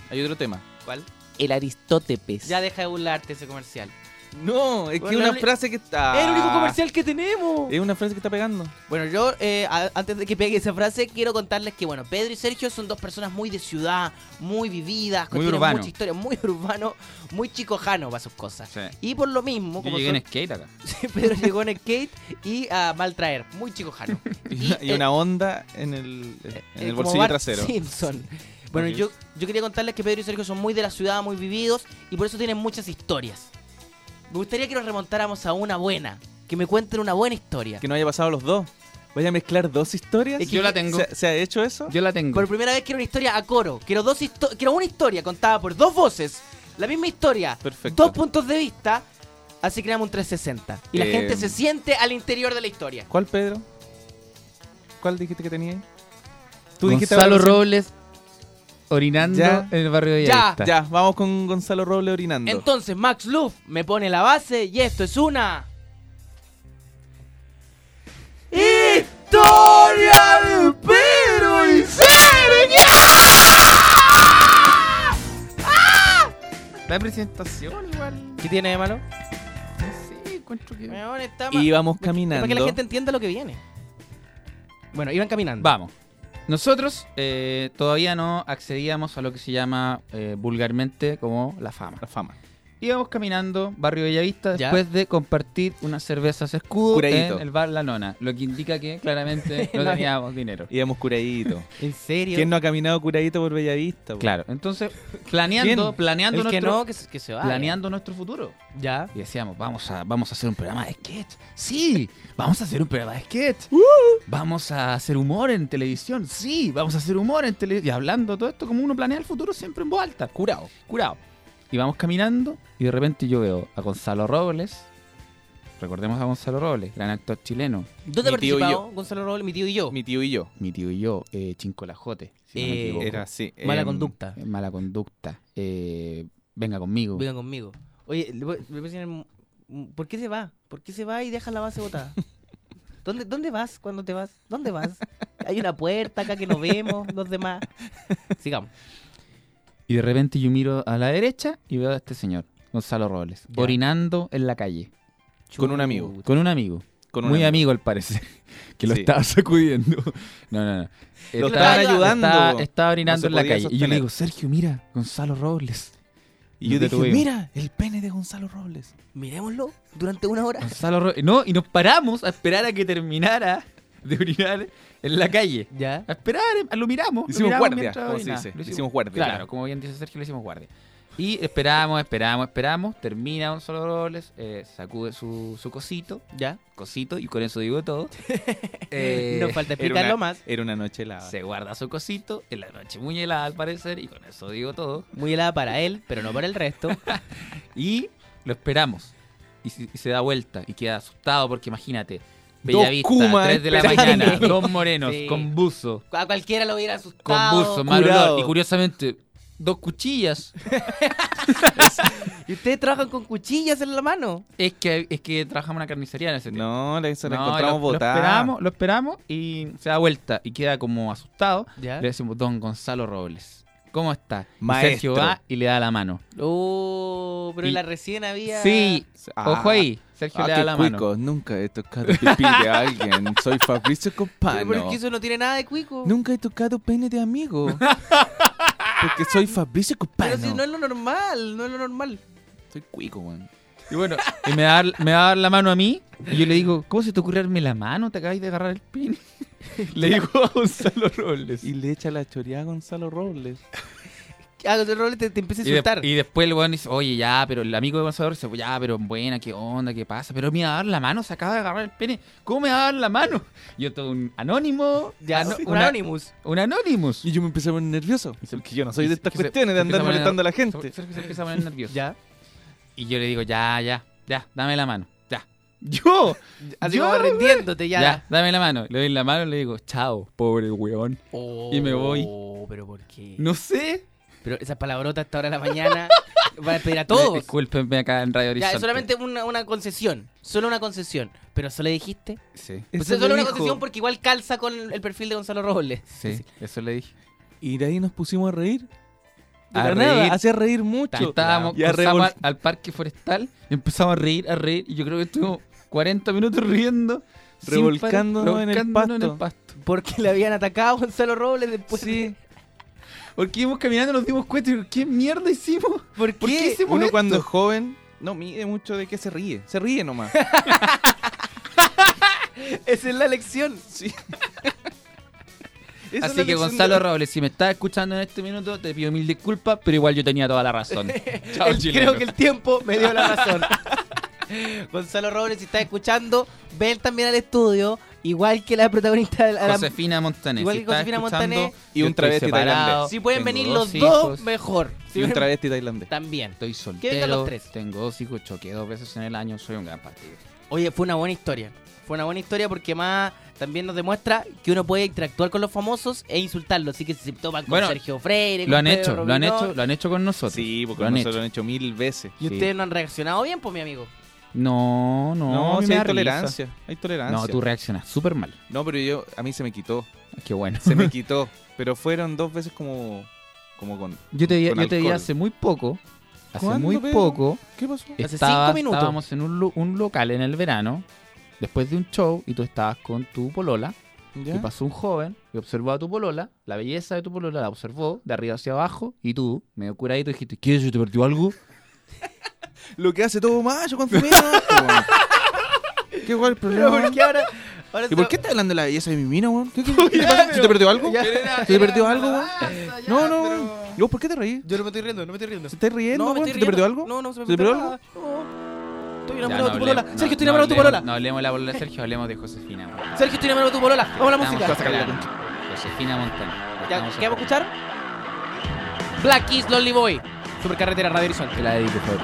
Hay otro tema. ¿Cuál? El Aristóteles. Ya deja de burlarte ese comercial. No, es que Bueno, es una el- frase que está... Es el único comercial que tenemos. Es una frase que está pegando. Bueno, yo, eh, a- antes de que pegue esa frase, quiero contarles que, bueno, Pedro y Sergio son dos personas muy de ciudad, muy vividas, que Muy tienen urbano. mucha historia, muy urbano, muy chicojano para sus cosas. Sí. Y por lo mismo, Yo como llegué son- en skate acá. Sí, Pedro llegó en skate y a maltraer, muy chicojano. Y, y una onda en el, en Eh, el como bolsillo Bart trasero. Simpson. Bueno, Ok. yo, yo quería contarles que Pedro y Sergio son muy de la ciudad, muy vividos y por eso tienen muchas historias. Me gustaría que nos remontáramos a una buena, que me cuenten una buena historia. Que no haya pasado los dos. ¿Vaya a mezclar dos historias? Es que Yo la tengo. ¿Se, se ha hecho eso? Yo la tengo. Por primera vez quiero una historia a coro. Quiero dos histo- quiero una historia contada por dos voces. La misma historia. Perfecto. Dos puntos de vista. Así creamos un trescientos sesenta. Y la Eh, gente se siente al interior de la historia. ¿Cuál, Pedro? ¿Cuál dijiste que tenías? ¿Tú dijiste Gonzalo ahora recién? Robles orinando Ya. en el barrio de Ya. Bellavista. Ya, vamos con Gonzalo Robles orinando. Entonces Max Luff me pone la base y esto es una... ¡Historia de Pedro y Sergio! La presentación igual. ¿Qué tiene de malo? No sé, encuentro que... Weón, está Y ma- íbamos Para que la caminando. gente entienda lo que viene. Bueno, iban caminando. Vamos. Nosotros eh, todavía no accedíamos a lo que se llama eh, vulgarmente como la fama. La fama. Íbamos caminando, barrio Bellavista, Ya. después de compartir unas cervezas escudo Curadito. en el bar La Nona, lo que indica que claramente no No. teníamos dinero. Íbamos curadito. ¿En serio? ¿Quién no ha caminado curadito por Bellavista? po? Claro, entonces planeando, ¿Quién? planeando El que nuestro, no, que se, que se vaya. planeando nuestro futuro. Ya. Y decíamos, vamos a, vamos a hacer un programa de sketch. Sí, vamos a hacer un programa de sketch. Vamos a hacer humor en televisión. Sí, vamos a hacer humor en televisión. Y hablando todo esto como uno planea el futuro siempre en voz alta. Curado, curado. Y vamos caminando y de repente yo veo a Gonzalo Robles. Recordemos a Gonzalo Robles, gran actor chileno. ¿Dónde Mi tío y participamos? Gonzalo Robles, mi tío y yo. Mi tío y yo. Mi tío y yo, eh, Chincolajote. Si no me Eh, equivoco. Era así. Mala em, conducta. Eh, Mala conducta. Eh, venga conmigo. Vengan conmigo. Oye, le voy- le voy a decir, mm, ¿por qué se va? ¿Por qué se va y deja la base botada? ¿Dónde, ¿Dónde vas cuando te vas? ¿Dónde vas? Hay una puerta acá que no vemos, los demás. Sigamos. Y de repente yo miro a la derecha y veo a este señor, Gonzalo Robles, Ya. orinando en la calle. Con un amigo. Con un amigo. Con un Muy amigo. amigo al parecer. Que lo Sí. estaba sacudiendo. No, no, no. Lo Estaba- estaban ayudando. Estaba, estaba orinando No se en la podía calle. Y yo le sostener. digo, Sergio, mira, Gonzalo Robles. Y yo Nos dije, detuvimos. mira, el pene de Gonzalo Robles. Miremoslo durante una hora. Gonzalo Robles. No, y nos paramos a esperar a que terminara de orinar en la calle. Ya. A esperar, a- lo miramos. lo Hicimos miramos guardia, mientras como se orinaba. dice. Lo Hicimos guardia. Claro, Claro. como bien dice Sergio, le hicimos guardia. Y esperamos, esperamos, esperamos. Termina Gonzalo Robles, eh, sacude su, su cosito, Ya. cosito, y con eso digo todo. Eh, no falta Era explicarlo una, más. era una noche helada. Se guarda su cosito, en la noche muy helada al parecer, y con eso digo todo. Muy helada para él, pero no para el resto. Y lo esperamos. Y, se- y se da vuelta y queda asustado porque imagínate, Dos Bellavista, Kuma tres de la esperando. mañana, dos morenos, Sí. con buzo, A cualquiera lo hubiera con asustado. buzo, mal curado. olor, y curiosamente, dos cuchillas. ¿Y ustedes trabajan con cuchillas en la mano? Es que, es que trabajamos en una carnicería en ese tiempo. No, la- se la No, encontramos lo, lo botada. esperamos, lo esperamos y se da vuelta y queda como asustado. Ya. Le decimos, don Gonzalo Robles, ¿cómo está? Y Maestro. Sergio va y le da la mano. Oh, pero Y- la recién había... Sí, Ah. ojo ahí, Sergio Ah, le qué da la mano. cuico. Nunca he tocado pipí de alguien. Soy Fabricio Pero Copano. porque eso no tiene nada de cuico. Nunca he tocado pene de amigo. Porque soy Fabricio Copano. Pero si no es lo normal, no es lo normal. Soy cuico, weón. Y bueno, y me va, a dar, me va a dar la mano a mí y yo le digo, ¿cómo se te ocurre darme la mano? Te acabas de agarrar el pin. Le digo a Gonzalo Robles. Y le echa la choreada a Gonzalo Robles. Ah, José Robles te, te empieza a Y, de- insultar. y después el weón dice, oye, ya, pero el amigo de Gonzalo dice, ya, pero buena, qué onda, qué pasa. Pero me va a dar la mano, se acaba de agarrar el pene. ¿Cómo me va a dar la mano? Yo todo un anónimo. Ya, ano- un una- Anonymous. Un Anonymous. Y yo me empecé a poner nervioso. Porque yo no soy de estas Que se- cuestiones de se andar empieza a molestando a la poner- gente. Se, se empieza a poner nervioso. Ya. Y yo le digo, ya, ya, ya, dame la mano. Ya. Yo. Así yo, como güey. rindiéndote ya. Ya, dame la mano. Le doy la mano y le digo, chao, pobre weón. Oh, Y me voy. pero ¿por qué? No sé. Pero esas palabrotas a esta hora de la mañana van a despedir a todos. Discúlpenme acá en Radio Ya, Horizonte. es solamente una, una concesión. Solo una concesión. Pero eso le dijiste. Sí, Pues Eso es solo le una dijo. concesión porque igual calza con el perfil de Gonzalo Robles. sí, eso le dije. Y de ahí nos pusimos a reír. De a la nada, reír. hacía reír mucho. Y estábamos, Y a cruzamos revol- al, al parque forestal y empezamos a reír, a reír. Y yo creo que estuvimos cuarenta minutos riendo. sin Revolcándonos parar, en el revolcándonos pasto. pasto. Porque le habían atacado a Gonzalo Robles después. Sí. Porque íbamos caminando y nos dimos cuenta y digo, ¿qué mierda hicimos? ¿Por ¿Por qué hicimos Uno esto? cuando es joven no mide mucho de qué se ríe. Se ríe nomás. Esa es la lección. Sí. Esa es Así la que lección Gonzalo de- Robles, si me estás escuchando en este minuto, te pido mil disculpas, pero igual yo tenía toda la razón. Chao, El- chileno. creo que el tiempo me dio la razón. Gonzalo Robles, si estás escuchando, ven también al estudio, igual que la protagonista de la, Josefina Montaner. igual si que estás Josefina escuchando, Montaner. Y yo un estoy travesti separado, tailandés. Si pueden tengo venir dos los hijos, dos, mejor. Si Y un ven- travesti tailandés. También. Estoy Que vengan los soltero, tres. tengo dos hijos, choqué dos veces en el año, soy un gran partido. Oye, fue una buena historia. Fue una buena historia porque más también nos demuestra que uno puede interactuar con los famosos e insultarlos. Así que si se topan con Bueno, Sergio Freire, Lo con han Pedro hecho, lo han Robinón, hecho, lo han hecho con nosotros. Sí, porque lo han nosotros hecho. lo han hecho mil veces. Y Sí. ustedes no han reaccionado bien, pues, mi amigo. No, no, No, a mí sí me hay da risa. tolerancia. Hay tolerancia. No, tú reaccionas súper mal. No, pero yo, a mí se me quitó. Qué bueno. Se me quitó. Pero fueron dos veces como, como con. Yo te, vi- con yo te vi alcohol. hace muy poco, hace ¿Cuándo, muy Pedro? poco, ¿Qué pasó? Hace estaba- cinco minutos. estábamos en un, lo- un local en el verano, después de un show, y tú estabas con tu polola, ¿Ya? y pasó un joven, y observó a tu polola, la belleza de tu polola la observó, de arriba hacia abajo, y tú, medio curadito, dijiste, ¿qué? ¿Se te perdió algo? Lo que hace todo macho con femina. ¿Qué igual el Pero problema? ¿por qué ahora? ahora ¿Y se- por qué estás hablando de la belleza de mi mina, weón? ¿Qué, qué, qué te pasa? ¿Se te perdió algo? Ya. ¿Se te perdió algo, weón? No, no, weón. ¿Y vos por qué te reís? Yo no me estoy riendo, no me estoy riendo. ¿Se estás riendo, No, me weón? estoy ¿Se te perdió riendo. algo? No, no, se me ¿Se te perdió perdió algo? No. Estoy Ya, enamorado no de tu polola. hablemos- Sergio, estoy no- enamorado de tu no polola. hablemos- No hablemos de la polola de Sergio, hablemos de Josefina. weón. Sergio, estoy enamorado de tu polola. Vamos a la Estamos música. claros. Josefina Montaner. Ya, Estamos ¿qué vamos a escuchar? Black Keys, Lonely Boy. Supercarretera Radio Horizonte. Que la dedico, Fabio.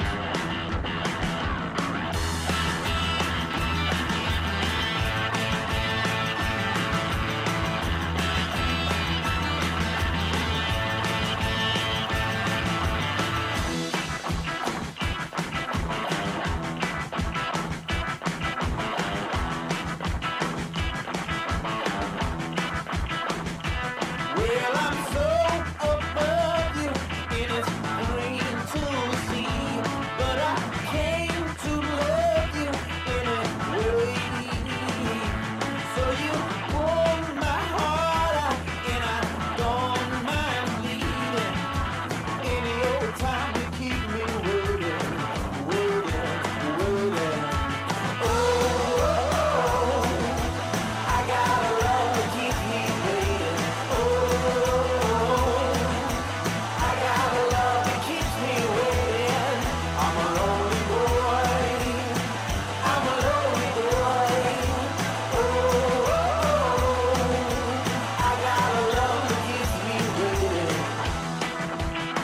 Well, I'm so above you, and it's plain to see. But I came to love you anyway. So you won my heart out, and I don't mind bleeding. Any old time to keep me waiting, waiting, waiting. Oh, I got a love to keep me waiting. I got a love that keeps me waiting. I'm a lonely boy. I'm a lonely boy. Oh, I got a love that keeps me waiting.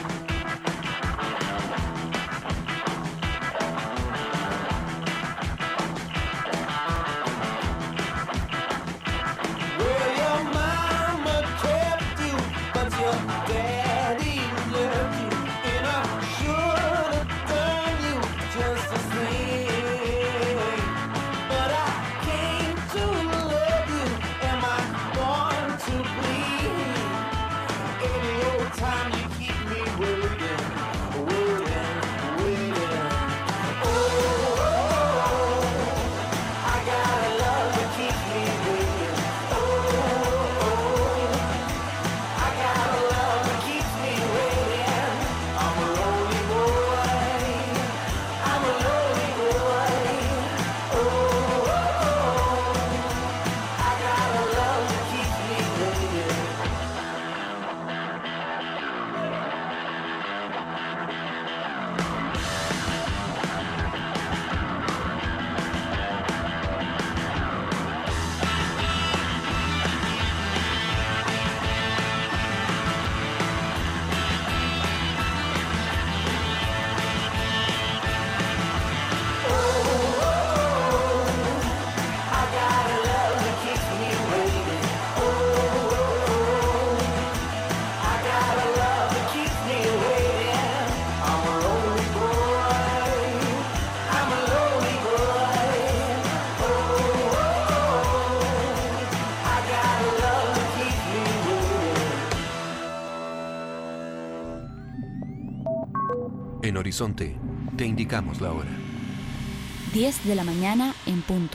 Well, your mama kept you, but your daddy left you, and I should have done you just the same. But I came to love you. Am I born to bleed? Any old time you keep me waiting, waiting, waiting. Oh, I got a love to keep me waiting. I got a love that keeps me waiting. I'm a lonely boy. I'm a lonely boy. Horizonte, te indicamos la hora. diez de la mañana en punto.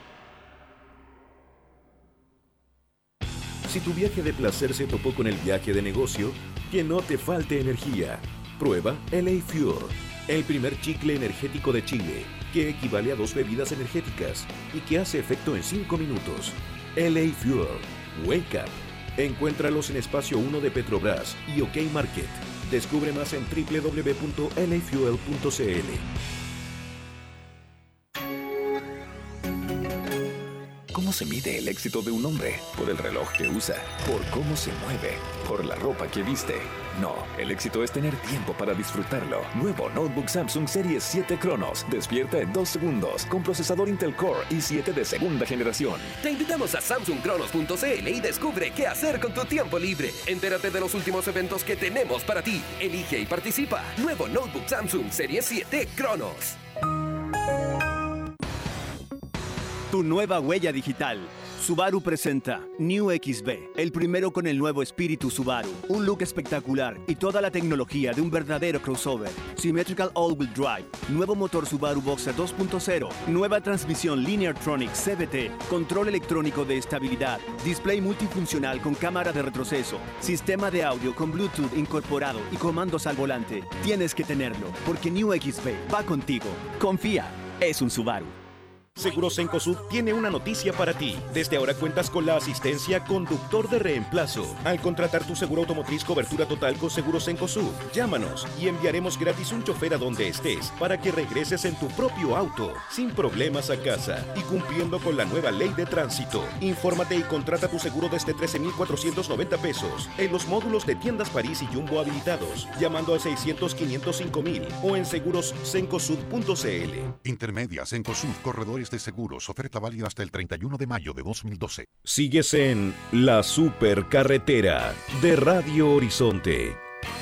Si tu viaje de placer se topó con el viaje de negocio, que no te falte energía. Prueba L A Fuel, el primer chicle energético de Chile, que equivale a dos bebidas energéticas y que hace efecto en cinco minutos. L A Fuel, Wake Up. Encuéntralos en Espacio uno de Petrobras y OK Market. Descubre más en doble u doble u doble u punto l a fuel punto c l. ¿Cómo se mide el éxito de un hombre? Por el reloj que usa, por cómo se mueve, por la ropa que viste. No, el éxito es tener tiempo para disfrutarlo. Nuevo notebook Samsung Series siete Cronos. Despierta en dos segundos con procesador Intel Core i siete de segunda generación. Te invitamos a samsung cronos punto c l y descubre qué hacer con tu tiempo libre. Entérate de los últimos eventos que tenemos para ti. Elige y participa. Nuevo notebook Samsung Series siete Cronos. Tu nueva huella digital. Subaru presenta New X B, el primero con el nuevo espíritu Subaru. Un look espectacular y toda la tecnología de un verdadero crossover. Symmetrical All-Wheel Drive, nuevo motor Subaru Boxer dos punto cero, nueva transmisión Lineartronic C V T, control electrónico de estabilidad, display multifuncional con cámara de retroceso, sistema de audio con Bluetooth incorporado y comandos al volante. Tienes que tenerlo, porque New X B va contigo. Confía, es un Subaru. Seguros Cencosud tiene una noticia para ti. Desde ahora cuentas con la asistencia conductor de reemplazo. Al contratar tu seguro automotriz cobertura total con Seguros Cencosud, llámanos y enviaremos gratis un chofer a donde estés para que regreses en tu propio auto, sin problemas a casa y cumpliendo con la nueva ley de tránsito. Infórmate y contrata tu seguro desde trece mil cuatrocientos noventa pesos en los módulos de Tiendas París y Jumbo habilitados, llamando al seiscientos quinientos cinco mil o en seguros cencosud punto c l. Intermedia Cencosud, corredores de seguros, oferta válida hasta el treinta y uno de mayo de dos mil doce. Sigues en La Supercarretera de Radio Horizonte.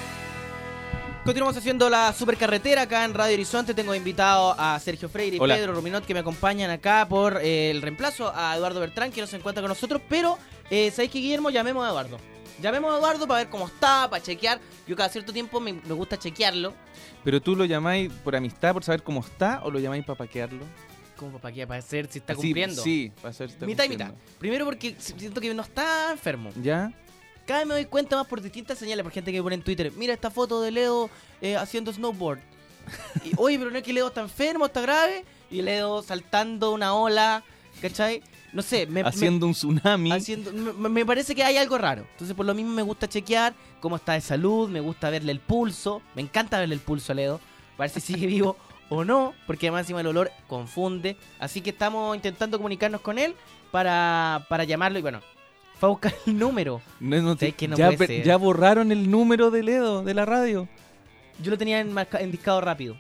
Continuamos haciendo la supercarretera acá en Radio Horizonte. Tengo invitado a Sergio Freire y Hola. Pedro Ruminot, que me acompañan acá por eh, el reemplazo a Eduardo Bertrán, que no se encuentra con nosotros. Pero, eh, ¿sabéis qué, Guillermo? Llamemos a Eduardo. Llamemos a Eduardo para ver cómo está, para chequear. Yo cada cierto tiempo me, me gusta chequearlo. ¿Pero tú lo llamáis por amistad, por saber cómo está, o lo llamáis para paquearlo? ¿Cómo para qué? Para ver si está Sí, cumpliendo. Sí, para saber si está Mitad y cumpliendo. mitad. Primero porque siento que no está enfermo. ¿Ya? Cada vez me doy cuenta más por distintas señales, por gente que pone en Twitter. Mira esta foto de Leo eh, haciendo snowboard. Y, oye, pero no es que Leo está enfermo, está grave. Y Leo saltando una ola, ¿cachai? No sé. Me, Haciendo me, un tsunami. Haciendo, me, me parece que hay algo raro. Entonces por lo mismo me gusta chequear cómo está de salud, me gusta verle el pulso. Me encanta verle el pulso a Leo, para ver si sigue vivo o no, porque además encima el olor confunde. Así que estamos intentando comunicarnos con él para, para llamarlo y bueno, fue a buscar el número. No, no, ¿Sabes que no ya, puede pe- ser? ya borraron el número de Ledo de la radio. Yo lo tenía en, marca- en discado rápido.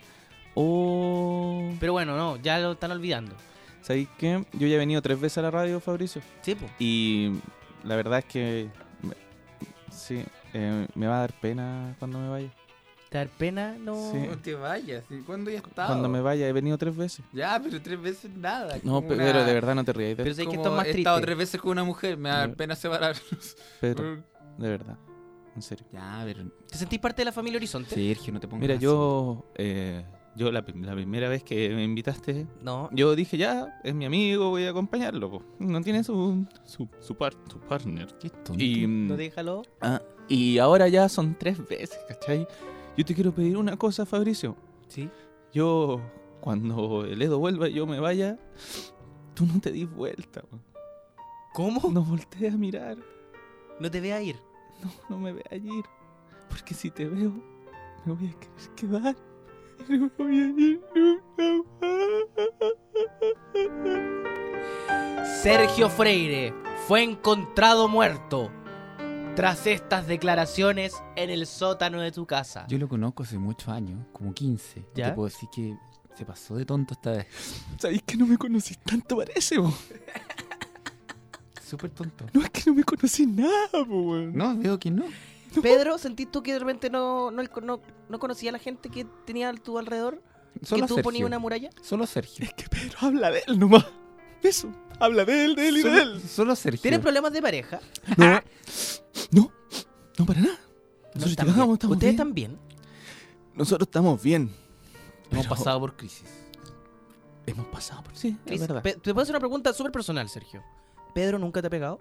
Oh. Pero bueno, no, ya lo están olvidando. ¿Sabéis qué? Yo ya he venido tres veces a la radio, Fabricio. Sí, po. Y la verdad es que me- sí, eh, me va a dar pena cuando me vaya. ¿Te da pena? No. Sí. No te vayas. ¿Y ¿Cuándo ya estaba? Cuando me vaya, he venido tres veces. Ya, pero tres veces nada. No, como pe- una- pero de verdad no te rías. Pero sé que como esto es más he estado triste. tres veces con una mujer, me da No. pena separarnos. Pedro, de verdad. En serio. Ya, pero... ¿Te sentís parte de la familia Horizonte? Sergio, no te pongas Mira, así. yo, eh, yo la, prim- la primera vez que me invitaste, No. yo dije, ya, es mi amigo, voy a acompañarlo. Po. No tiene su, su, su, par- su partner. Qué tonto. Y, mm, No, déjalo. ah, y ahora ya son tres veces, ¿cachai? Yo te quiero pedir una cosa, Fabricio. Sí. Yo, cuando el Edo vuelva y yo me vaya, tú no te dis vuelta. Po. ¿Cómo? No voltees a mirar. No te veas ir. No, no me veas ir. Porque si te veo, me voy a querer quedar. Y no me voy a ir nunca. Sergio Freire fue encontrado muerto tras estas declaraciones en el sótano de tu casa. Yo lo conozco hace muchos años, como quince. ¿Ya? Te puedo decir que se pasó de tonto esta vez. ¿Sabéis que no me conocís tanto, parece, po? Súper tonto. No, es que no me conocís nada, po, weón. No, veo que no. Pedro, ¿sentís tú que de repente no, no, no, no conocía a la gente que tenía a tu alrededor? Solo ¿Que tú Sergio. ponías una muralla? Solo Sergio. Es que Pedro habla de él nomás. Eso. Habla de él, de él y de Solo, él. solo Sergio. ¿Tienes problemas de pareja? No. No, no para nada. No Nosotros están llegamos, bien. estamos ¿Ustedes bien. están bien? Nosotros estamos bien. Hemos Pero- pasado por crisis. Hemos pasado por... Sí, es Cris, verdad. Pe- te puedo hacer una pregunta súper personal, Sergio. ¿Pedro nunca te ha pegado?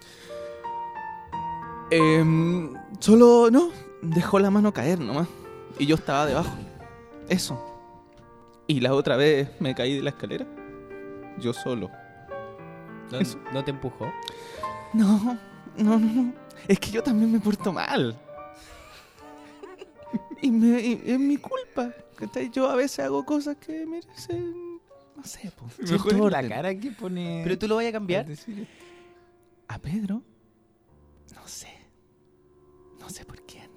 Em, solo, no, dejó la mano caer nomás. Y yo estaba debajo. Eso. Y la otra vez me caí de la escalera. Yo solo. ¿No, Eso. ¿no te empujó? No, no, no, no. Es que yo también me porto mal. Y, me, y es mi culpa. ¿Cachai? Yo a veces hago cosas que merecen... No sé, po. Mejor cierto es la orden. cara que pone... ¿Pero tú lo vas a cambiar? ¿A Pedro? No sé. No sé por quién.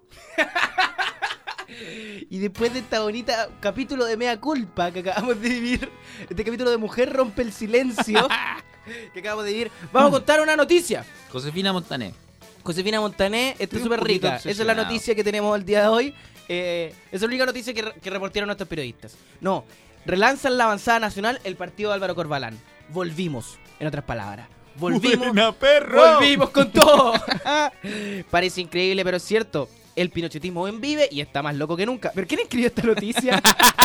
Y después de esta bonita capítulo de Mea Culpa que acabamos de vivir, este capítulo de Mujer Rompe el Silencio que acabamos de vivir, vamos a contar una noticia. Josefina Montané. Josefina Montané, está Estoy un súper poquito rica. Esa es la obsesionado. noticia que tenemos el día de hoy. Eh, esa es la única noticia que, que reportaron nuestros periodistas. No, relanzan la avanzada nacional el partido de Álvaro Corbalán. Volvimos, en otras palabras. Volvimos. ¡Buena, perro! Volvimos con todo. Parece increíble, pero es cierto. El pinochetismo en vive y está más loco que nunca. ¿Pero quién escribió esta noticia?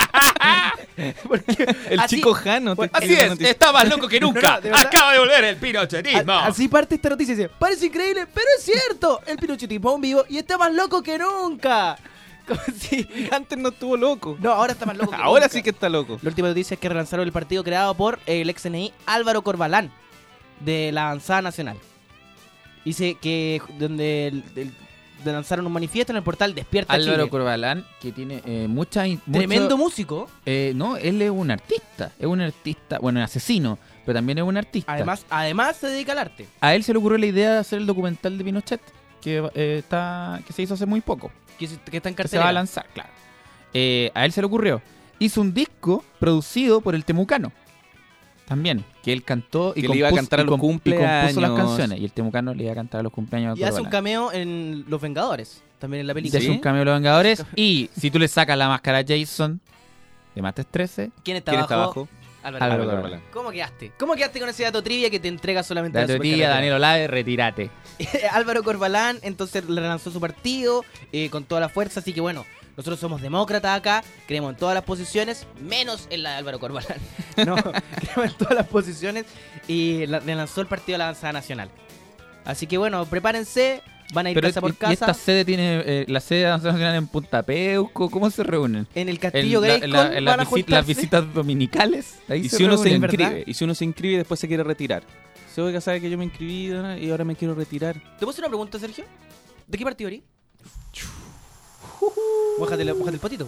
Porque El así- chico Jano. te Bueno, escribió así la es, noticia. Está más loco que nunca. No, no, de verdad. Acaba de volver el pinochetismo. A- Así parte esta noticia. Dice, parece increíble, pero es cierto. El pinochetismo en vivo y está más loco que nunca. Como si... Antes no estuvo loco. No, ahora está más loco que Ahora nunca. sí que está loco. La última noticia es que relanzaron el partido creado por el ex N I Álvaro Corbalán de la Avanzada Nacional. Dice que donde el- el- de lanzaron un manifiesto en el portal Despierta Álvaro Chile. Corbalán, que tiene eh, mucha... in- Tremendo mucho- músico. Eh, no, él es un artista. Es un artista, bueno, un asesino, pero también es un artista. Además, además se dedica al arte. A él se le ocurrió la idea de hacer el documental de Pinochet, que, eh, está, que se hizo hace muy poco. Que, se- que está en Que se cartelera. va a lanzar, claro. Eh, a él se le ocurrió. Hizo un disco producido por el Temucano. También, que él cantó y Que le iba a compuso- cantar a y los com- y compuso las cumpleaños. canciones. Y el Temucano le iba a cantar a los cumpleaños a Y hace un Corbalán. cameo en Los Vengadores. También en la Y película. hace un cameo de los Vengadores. Y si tú le sacas la máscara a Jason de Martes trece, ¿Quién está ¿Quién abajo? está abajo? Álvaro Álvaro Corbalán. Corbalán. ¿Cómo quedaste? ¿Cómo quedaste con ese dato trivia que te entrega solamente la la teoría, Supercarretera? Daniel Olave, retírate. Álvaro Corbalán entonces le lanzó su partido eh, con toda la fuerza, así que bueno, nosotros somos demócratas acá, creemos en todas las posiciones, menos en la de Álvaro Corbalán. No, creemos en todas las posiciones y la- le lanzó el partido a la Avanzada Nacional. Así que bueno, prepárense, van a ir Pero casa por y- y casa. esta sede tiene eh, la sede nacional en Punta Peuco, ¿cómo se reúnen? En el Castillo En la- Grayskull en la- en la van a visi- juntarse. las visitas dominicales. Ahí Y se si uno se reúnen. inscribe, y si uno se inscribe y después se quiere retirar. Se oiga, sabe que yo me inscribí ¿no? y ahora me quiero retirar. ¿Te puedo hacer una pregunta, Sergio? ¿De qué partido eres? Mójate, la- mójate el potito.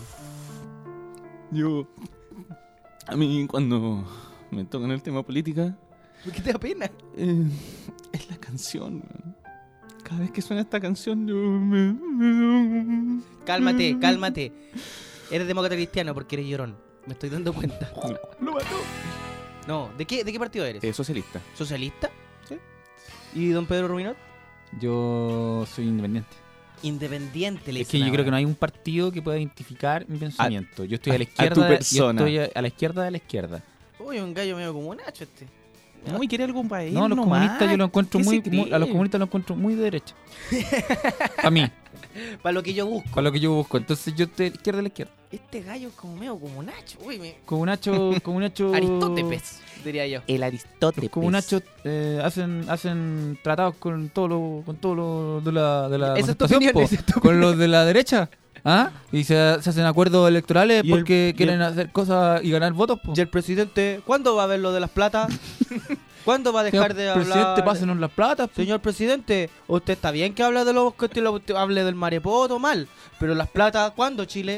Yo. A mí, cuando me tocan el tema política, ¿Por qué te da pena? eh, es la canción. man. Cada vez que suena esta canción, yo me. me- Cálmate, cálmate. Eres demócrata cristiano porque eres llorón. Me estoy dando cuenta. Lo mató. No, ¿de qué, de qué partido eres? Eh, socialista. ¿Socialista? Sí. ¿Y don Pedro Rubinot? Yo soy independiente. Independiente, le Es que dicen yo creo que no ahora. hay un partido que pueda identificar mi pensamiento. yo estoy a, a- la a tu izquierda. de- yo persona. estoy a, a la izquierda de la izquierda. Uy, un gallo medio como Nacho este. No, y quiere algún país. No, los comunistas yo lo encuentro muy, muy- a los comunistas lo encuentro muy de derecha. Para mí, Para lo que yo busco. para lo que yo busco. Entonces yo estoy a la izquierda de la izquierda. Este gallo es como medio como Nacho. Uy, me... Como un Nacho, como un Nacho. Aristóteles, diría yo. El Aristóteles. Como un Nacho eh, hacen hacen tratados con todo lo con todo lo de la de la Esa es tu concertación, opinión, po, esa es tu con los de la derecha. ¿Ah? Y se, se hacen acuerdos electorales Y el- porque y el- quieren hacer cosas y ganar votos. Po. Y el presidente, ¿cuándo va a ver lo de las platas? ¿Cuándo va a dejar Señor de hablar? presidente, pásenos las plata. po. Señor presidente, usted está bien que habla de los que usted lo- usted hable del marepoto mal, pero las platas, ¿cuándo Chile?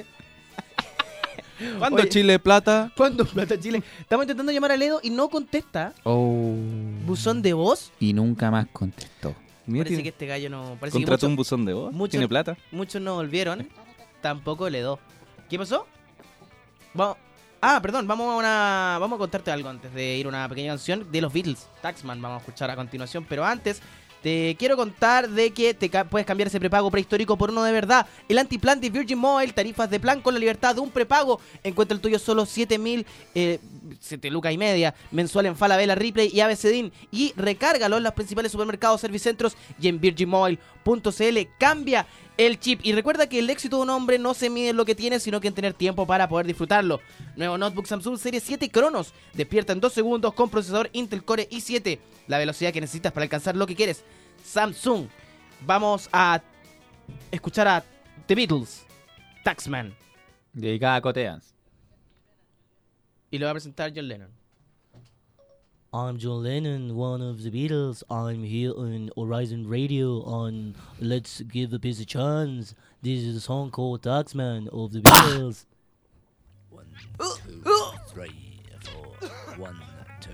¿Cuándo Oye, Chile plata? ¿Cuándo plata Chile? Estamos intentando llamar a Ledo y no contesta. Oh. Buzón de voz. Y nunca más contestó. Mira, Parece tiene- que este gallo no. Parece que contrató muchos- un buzón de voz. mucho- Tiene plata. Muchos no volvieron. Tampoco Ledo. ¿Qué pasó? Vamos. Ah, perdón, vamos a una. Vamos a contarte algo antes de ir a una pequeña canción de los Beatles. Taxman, vamos a escuchar a continuación. Pero antes, te quiero contar de que te ca- puedes cambiar ese prepago prehistórico por uno de verdad. El antiplan de Virgin Mobile, tarifas de plan con la libertad de un prepago. Encuentra el tuyo solo siete mil, eh, siete lucas y media mensual en Falabella, Ripley y Abecedín. Y recárgalo en los principales supermercados, servicentros y en virgin mobile punto c l. Cambia el chip. Y recuerda que el éxito de un hombre no se mide en lo que tiene, sino que en tener tiempo para poder disfrutarlo. Nuevo notebook Samsung Serie siete Cronos. Despierta en dos segundos con procesador Intel Core i siete. La velocidad que necesitas para alcanzar lo que quieres. Samsung. Vamos a escuchar a The Beatles, Taxman. Dedicada a Coteans. Y lo va a presentar John Lennon. I'm John Lennon, one of the Beatles. I'm here on Horizon Radio on Let's Give the Peace a Chance. This is a song called Taxman of the Beatles. One, two, three, four. One, two.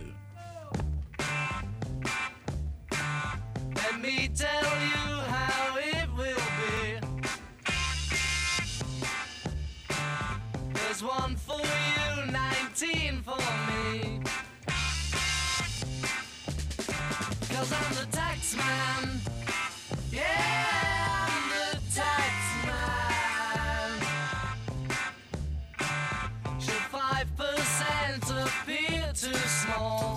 Let me tell you how it will be. There's one for you, nineteen for me. Cause I'm the tax man. Yeah, I'm the tax man. Should five percent appear too small?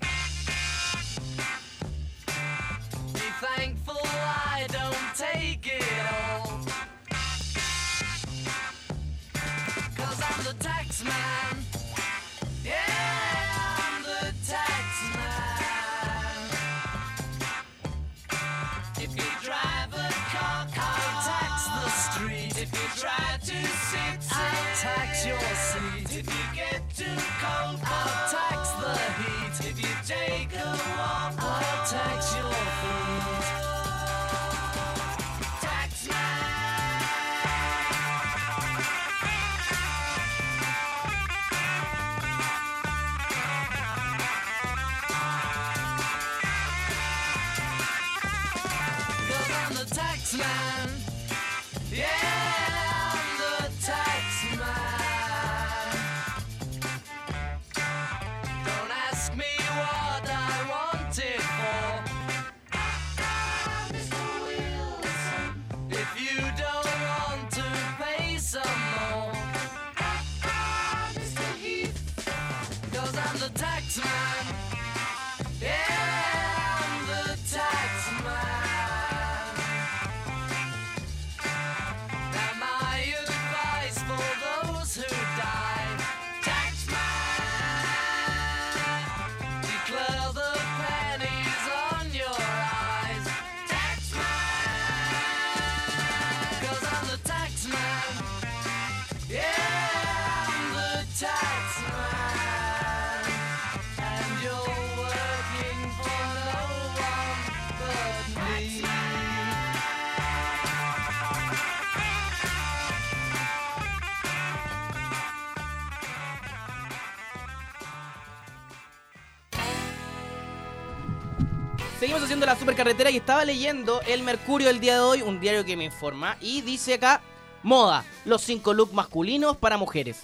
Be thankful I don't take it all. Cause I'm the tax man. Yeah, I'm the tax man. If you drive a car, I'll tax the street. If you try to sit, I'll tax your seat. If you get too cold, I'll tax the heat. If you take a walk, I'll tax your feet. Tax Cause I'm the tax man. Yeah, I'm the tax man. Don't ask me what I want it for. Mister Wilson. If you don't want to pay some more. Mister Heath. Cause I'm the tax man. Yeah, I'm the tax man. Now my advice for those who die, tax man, declare the pennies on your eyes, tax man, cause I'm the tax man, yeah, I'm the tax man, and you're working for no one but me. Seguimos haciendo la supercarretera y estaba leyendo El Mercurio del día de hoy, un diario que me informa, y dice acá, moda, los cinco looks masculinos para mujeres.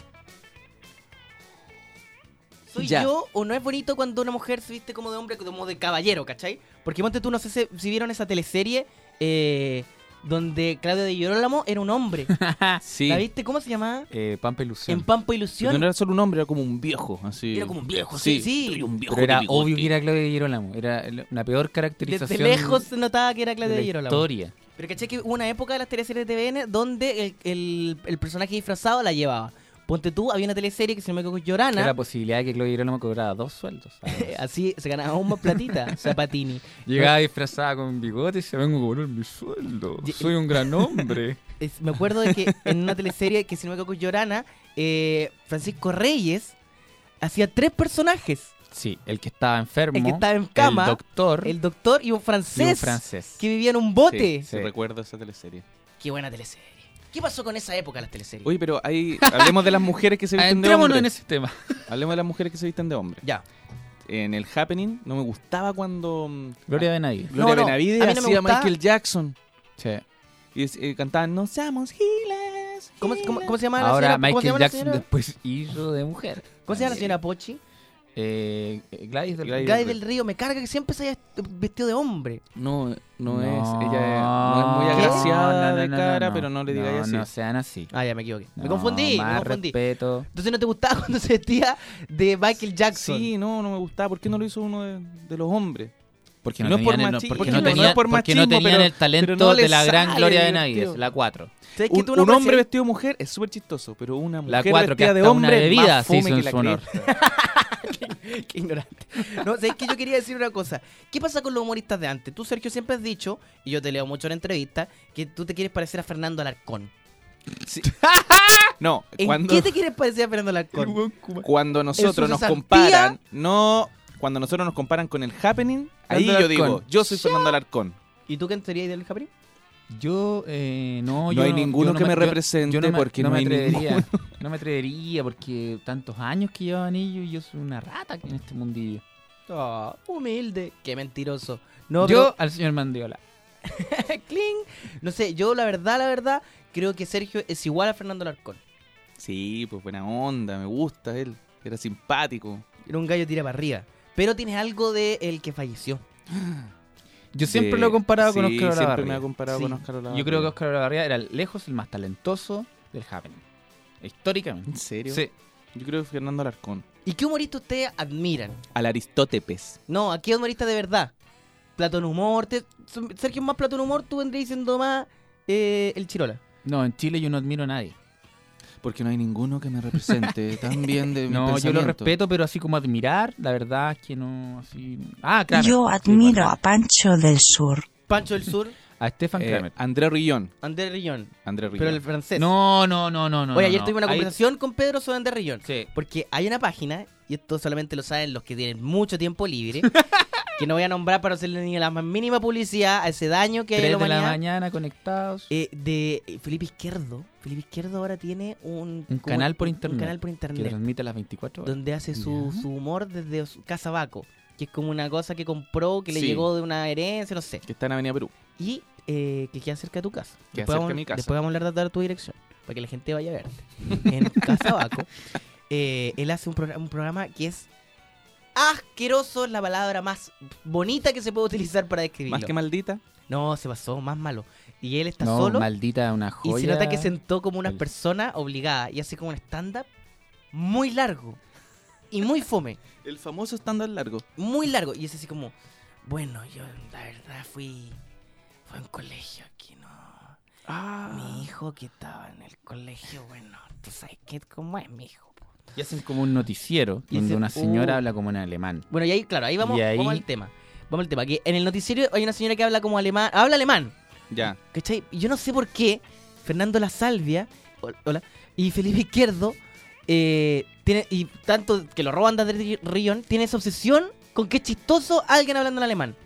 ¿Soy Ya. yo o no es bonito cuando una mujer se viste como de hombre, como de caballero, ¿cachai? Porque ponte tú, no sé si, si vieron esa teleserie eh, donde Claudio de Girolamo era un hombre. Sí. ¿La viste? ¿Cómo se llamaba? Eh, Pampa Ilusión. En Pampa Ilusión. Pero no era solo un hombre, era como un viejo, así. Era como un viejo, sí, sí. soy un viejo Pero era de bigote. obvio que era Claudio de Girolamo. Era el- una peor caracterización Desde lejos se notaba que era Claudio de de la Girolamo. historia. Pero caché que hubo una época de las teleseries de T V N donde el, el, el personaje disfrazado la llevaba. Ponte tú, había una teleserie que se me equivoco Llorana. Era la posibilidad de que Claudio Girolamo cobraba dos sueldos. Así se ganaba aún más platita, Zapatini. Llegaba disfrazada con bigote y se vengo a cobrar mi sueldo. Soy un gran hombre. Es- me acuerdo de que en una teleserie que si no me equivoco Llorana, eh, Francisco Reyes hacía tres personajes. Sí, el que estaba enfermo. El que estaba en cama, El doctor. el doctor y un francés, Y un francés. que vivía en un bote. Sí, sí, recuerdo esa teleserie. Qué buena teleserie. ¿Qué pasó con esa época las teleseries? Oye, pero ahí hablemos de las mujeres que se visten de Entrémonos hombre. en ese tema. Hablemos de las mujeres que se visten de hombre. Ya. En el Happening no me gustaba cuando mm, Gloria Benavides. Gloria No, no, Benavides a mí no me hacía gustaba. Michael Jackson. Sí. Y es- eh, cantaban No seamos giles. ¿Cómo, cómo, cómo se llama la Ahora señora? ¿Cómo se Michael llama la Jackson señora? después hizo de mujer. ¿Cómo se llama la señora Pochi? Eh, Gladys del Gladys Gladys del Río, me carga que siempre se haya vestido de hombre. No, no, No, es. Ella no es muy ¿Qué? agraciada no, no, de no, cara, no. pero no le digáis No, así. no sean así. Ah, ya me equivoqué. me No, confundí, me más confundí. respeto. Entonces no te gustaba cuando se vestía de Michael Jackson. Sí, no, no me gustaba. ¿Por qué no lo hizo uno de, de los hombres? Porque no, No tenían, por el, no, machismo, porque no, no no tenían, por porque no machismo, tenían pero- el talento pero no de les la gran sale Gloria de divertido. Navidad, la cuatro. ¿Sabes que Un, tú no un hombre aprecias- vestido de mujer es súper chistoso, pero una La mujer cuatro, que vestida de hasta una hombre bebida más se hizo fome en que la su honor. cresta. Qué ignorante. No, ¿sabes que yo quería decir una cosa? ¿Qué pasa con los humoristas de antes? Tú, Sergio, siempre has dicho, y yo te leo mucho en entrevistas, que tú te quieres parecer a Fernando Alarcón. No, ¿En cuando, qué te quieres parecer a Fernando Alarcón? cuando ¿En nosotros su nos cesantía? comparan, no, cuando nosotros nos comparan con el Happening, ahí Fernando yo digo, Alarcón. yo soy Fernando Alarcón. ¿Y tú qué serías del Japri? Yo, eh, no, No yo hay ninguno yo que me yo- represente yo no me, porque no no me hay atrevería, ninguno. no me atrevería porque tantos años que llevan ellos y yo soy una rata aquí en este mundillo. Oh, humilde. Qué mentiroso. No, yo pero- al señor Mandiola. Cling. No sé, yo la verdad, la verdad, creo que Sergio es igual a Fernando Alarcón. Sí, pues buena onda, me gusta él, era simpático. Era un gallo tira para arriba. Pero tiene algo de el que falleció. Yo siempre De- lo he comparado con sí, Oscar siempre Olavarría. me ha comparado con Oscar Yo Olavarría. creo que Oscar Olavarría era lejos el más talentoso del Happening. Históricamente. ¿En serio? Sí. Yo creo que Fernando Alarcón. ¿Y qué humorista ustedes admiran? Al Aristóteles. No, ¿a qué humorista de verdad? Platón Humor. te- Sergio es más Platón Humor, tú vendrías siendo más eh, el Chirola. No, en Chile yo no admiro a nadie. Porque no hay ninguno que me represente tan bien de mi No, yo lo pensamiento. respeto, pero así como admirar, la verdad es que no, así... Ah, Kramer. Yo admiro a Pancho del Sur. Pancho del Sur. A Stefan Eh, Kramer. André Rillón. André Rillón. André Rillón. Pero el francés. No, no, no, no, no. Oye, no, ayer no. tuve una Ahí- conversación con Pedro sobre André Rillón. Sí. Porque hay una página, y esto solamente lo saben los que tienen mucho tiempo libre, que no voy a nombrar para hacerle ni la más mínima publicidad a ese daño que hay en Tres la de la humanidad. mañana conectados. Eh, de eh, Felipe Izquierdo. Felipe Izquierdo ahora tiene un, Un como canal por un- internet. Un canal por Que internet. transmite a las veinticuatro horas. Donde hace su, su humor desde su Casa Baco. Que es como una cosa que compró, que le Sí. llegó de una herencia, no sé. Que está en Avenida Perú. Y eh, que queda cerca de tu casa. Queda Después cerca vamos, de mi casa. Después vamos a hablar de dar tu dirección. Para que la gente vaya a verte. En Casa Baco. eh, él hace un, programa, un programa que es asqueroso, es la palabra más bonita que se puede utilizar para describirlo. Más que maldita. No, se pasó, más malo. Y él está No, solo. maldita, una Y joya. se nota que sentó como una El- persona obligada y hace como un stand-up muy largo y muy fome. El famoso estándar largo. Muy largo. Y es así como, bueno, yo la verdad fui, fue a un colegio aquí, ¿no? Ah. Mi hijo que estaba en el colegio, bueno, tú sabes que cómo es mi hijo. po. Y hacen como un noticiero Y donde ese- una señora uh. habla como en alemán. Bueno, y ahí, claro, ahí vamos, Y ahí- vamos al tema. Vamos al tema. Que en el noticiero hay una señora que habla como alemán, habla alemán. Ya. ¿Cachai? Y yo no sé por qué Fernando La Salvia hol- hola, y Felipe Izquierdo eh, tiene, y tanto que lo roban de André Rillón, tiene esa obsesión con que es chistoso alguien hablando en alemán.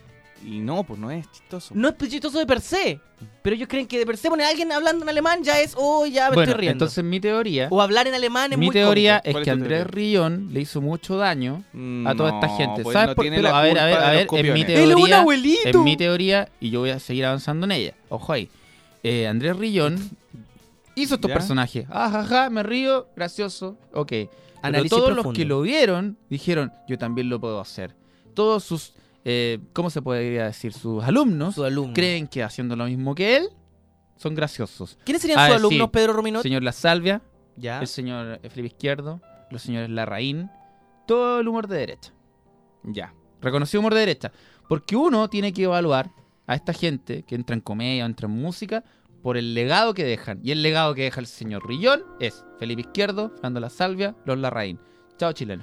Y no, pues no es chistoso. No es chistoso de per se, pero ellos creen que de per se poner a alguien hablando en alemán ya es, oh, ya me Bueno, estoy riendo. entonces mi teoría... O hablar en alemán es Mi muy teoría cómico. es ¿Cuál que es tu Andrés teoría? Rillón le hizo mucho daño a toda esta No, gente. pues ¿Sabes no por tiene qué? la A ver, a ver, culpa a de ver, los en mi copiones. teoría, Él es un abuelito. en mi teoría, y yo voy a seguir avanzando en ella. Ojo ahí. Eh, Andrés Rillón hizo estos ¿Ya? personajes. Ah, jaja, me río, gracioso, ok. Pero Análisis todos los profundo. que lo vieron dijeron, yo también lo puedo hacer. Todos sus, eh, ¿cómo se podría decir? Sus alumnos Su alumno. creen que haciendo lo mismo que él, son graciosos. ¿Quiénes serían A sus ver, alumnos, sí, Pedro El Ruminot? señor La Salvia, Ya. el señor eh, Felipe Izquierdo, los señores Larraín, todo el humor de derecha. Ya. Reconocido humor de derecha. Porque uno tiene que evaluar a esta gente que entra en comedia o entra en música por el legado que dejan. Y el legado que deja el señor Rillón es Felipe Izquierdo, Fernando La Salvia, los Larraín. Chao, chileno.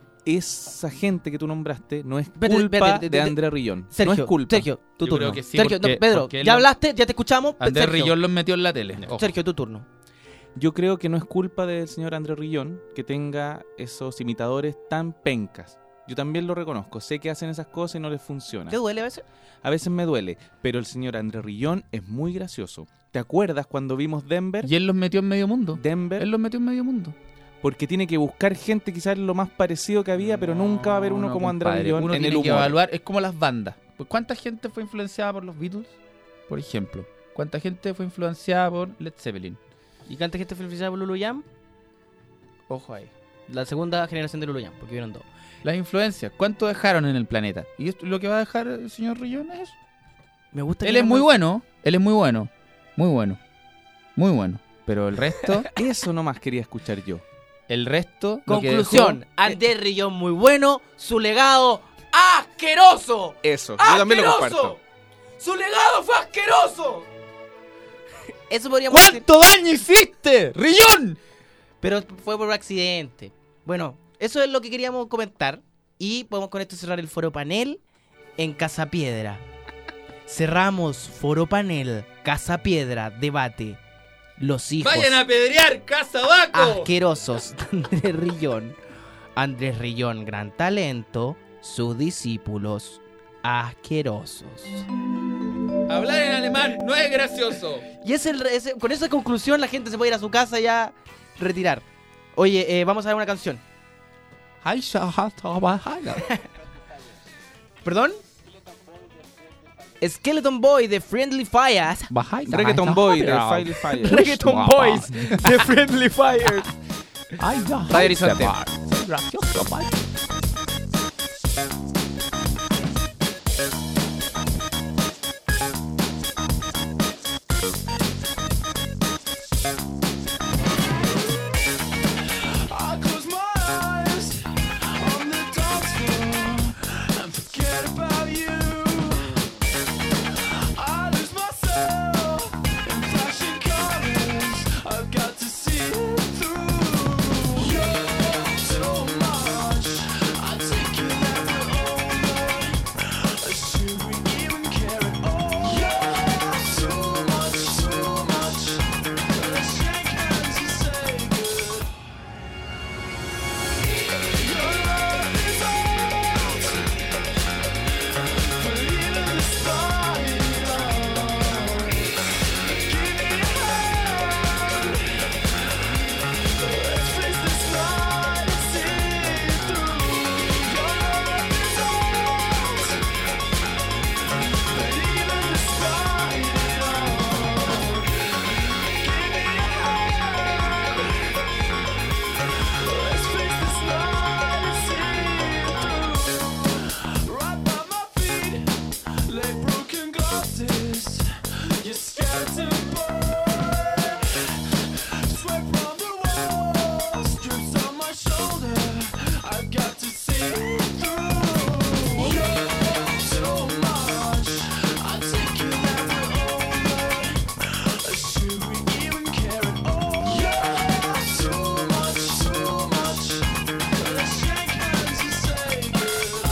Esa gente que tú nombraste no es Vete, culpa vete, vete, de vete. André Rillón. Sergio, no es culpa. Sergio, tu Yo turno. creo que sí, Sergio, porque- no, Pedro, porque él ya no- hablaste, ya te escuchamos. Andrés Sergio. Rillón los metió en la tele. Ojo. Sergio, tu turno. Yo creo que no es culpa del señor André Rillón que tenga esos imitadores tan pencas. Yo también lo reconozco. Sé que hacen esas cosas y no les funciona. ¿Te duele a veces? A veces me duele, pero el señor André Rillón es muy gracioso. ¿Te acuerdas cuando vimos Denver? Y él los metió en medio mundo. Denver, Él los metió en medio mundo. porque tiene que buscar gente quizás lo más parecido que había, pero nunca va a haber uno No, como André compadre, Rillón uno en tiene el que humor. evaluar. Es como las bandas. Pues, ¿cuánta gente fue influenciada por los Beatles? Por ejemplo. ¿Cuánta gente fue influenciada por Led Zeppelin? ¿Y cuánta gente fue influenciada por Lulu Jam? Ojo ahí. La segunda generación de Lulu Jam, porque vieron dos. Las influencias, ¿cuánto dejaron en el planeta? Y esto, lo que va a dejar el señor Rillón es eso. Me gusta Él que es no muy me- bueno, él es muy bueno, muy bueno, muy bueno. Pero el resto, Eso nomás quería escuchar yo. el resto... lo que Conclusión, dejó- Andrés Rillón muy bueno, su legado asqueroso. Eso, yo también lo ¡Asqueroso! comparto. ¡Su legado fue asqueroso! Eso podríamos decir. ¿Cuánto daño hiciste, Rillón? Pero fue por accidente. Bueno, eso es lo que queríamos comentar. Y podemos con esto cerrar el foro panel en Casa Piedra. Cerramos foro panel, Casa Piedra, debate. Los hijos ¡Vayan a pedrear, Casa Baco! asquerosos de Andrés Rillón. Andrés Rillón, gran talento. Sus discípulos asquerosos. Hablar en alemán no es gracioso. Y es el, ese- con esa conclusión la gente se puede ir a su casa ya retirar. Oye, eh, vamos a ver una canción. ¿Perdón? Skeleton Boy de Friendly Fires. Reggaeton Boy de Friendly Fire. Reggaeton Boys de Friendly Fire. Radio Horizonte. I close my eyes on the dance floor and forget about you. I lose myself in flashing colors. I've got to see it through. You're too much. I take it as an owner. Should we even care at all? You're too much, too much. Let's shake hands and say good. Like broken glasses, your skeleton boy. Sweat from the walls, drips on my shoulder. I've got to see it through. You're too much. I take it as an owner. Should we even care at all? You're too much, too much. Let's shake hands and say good.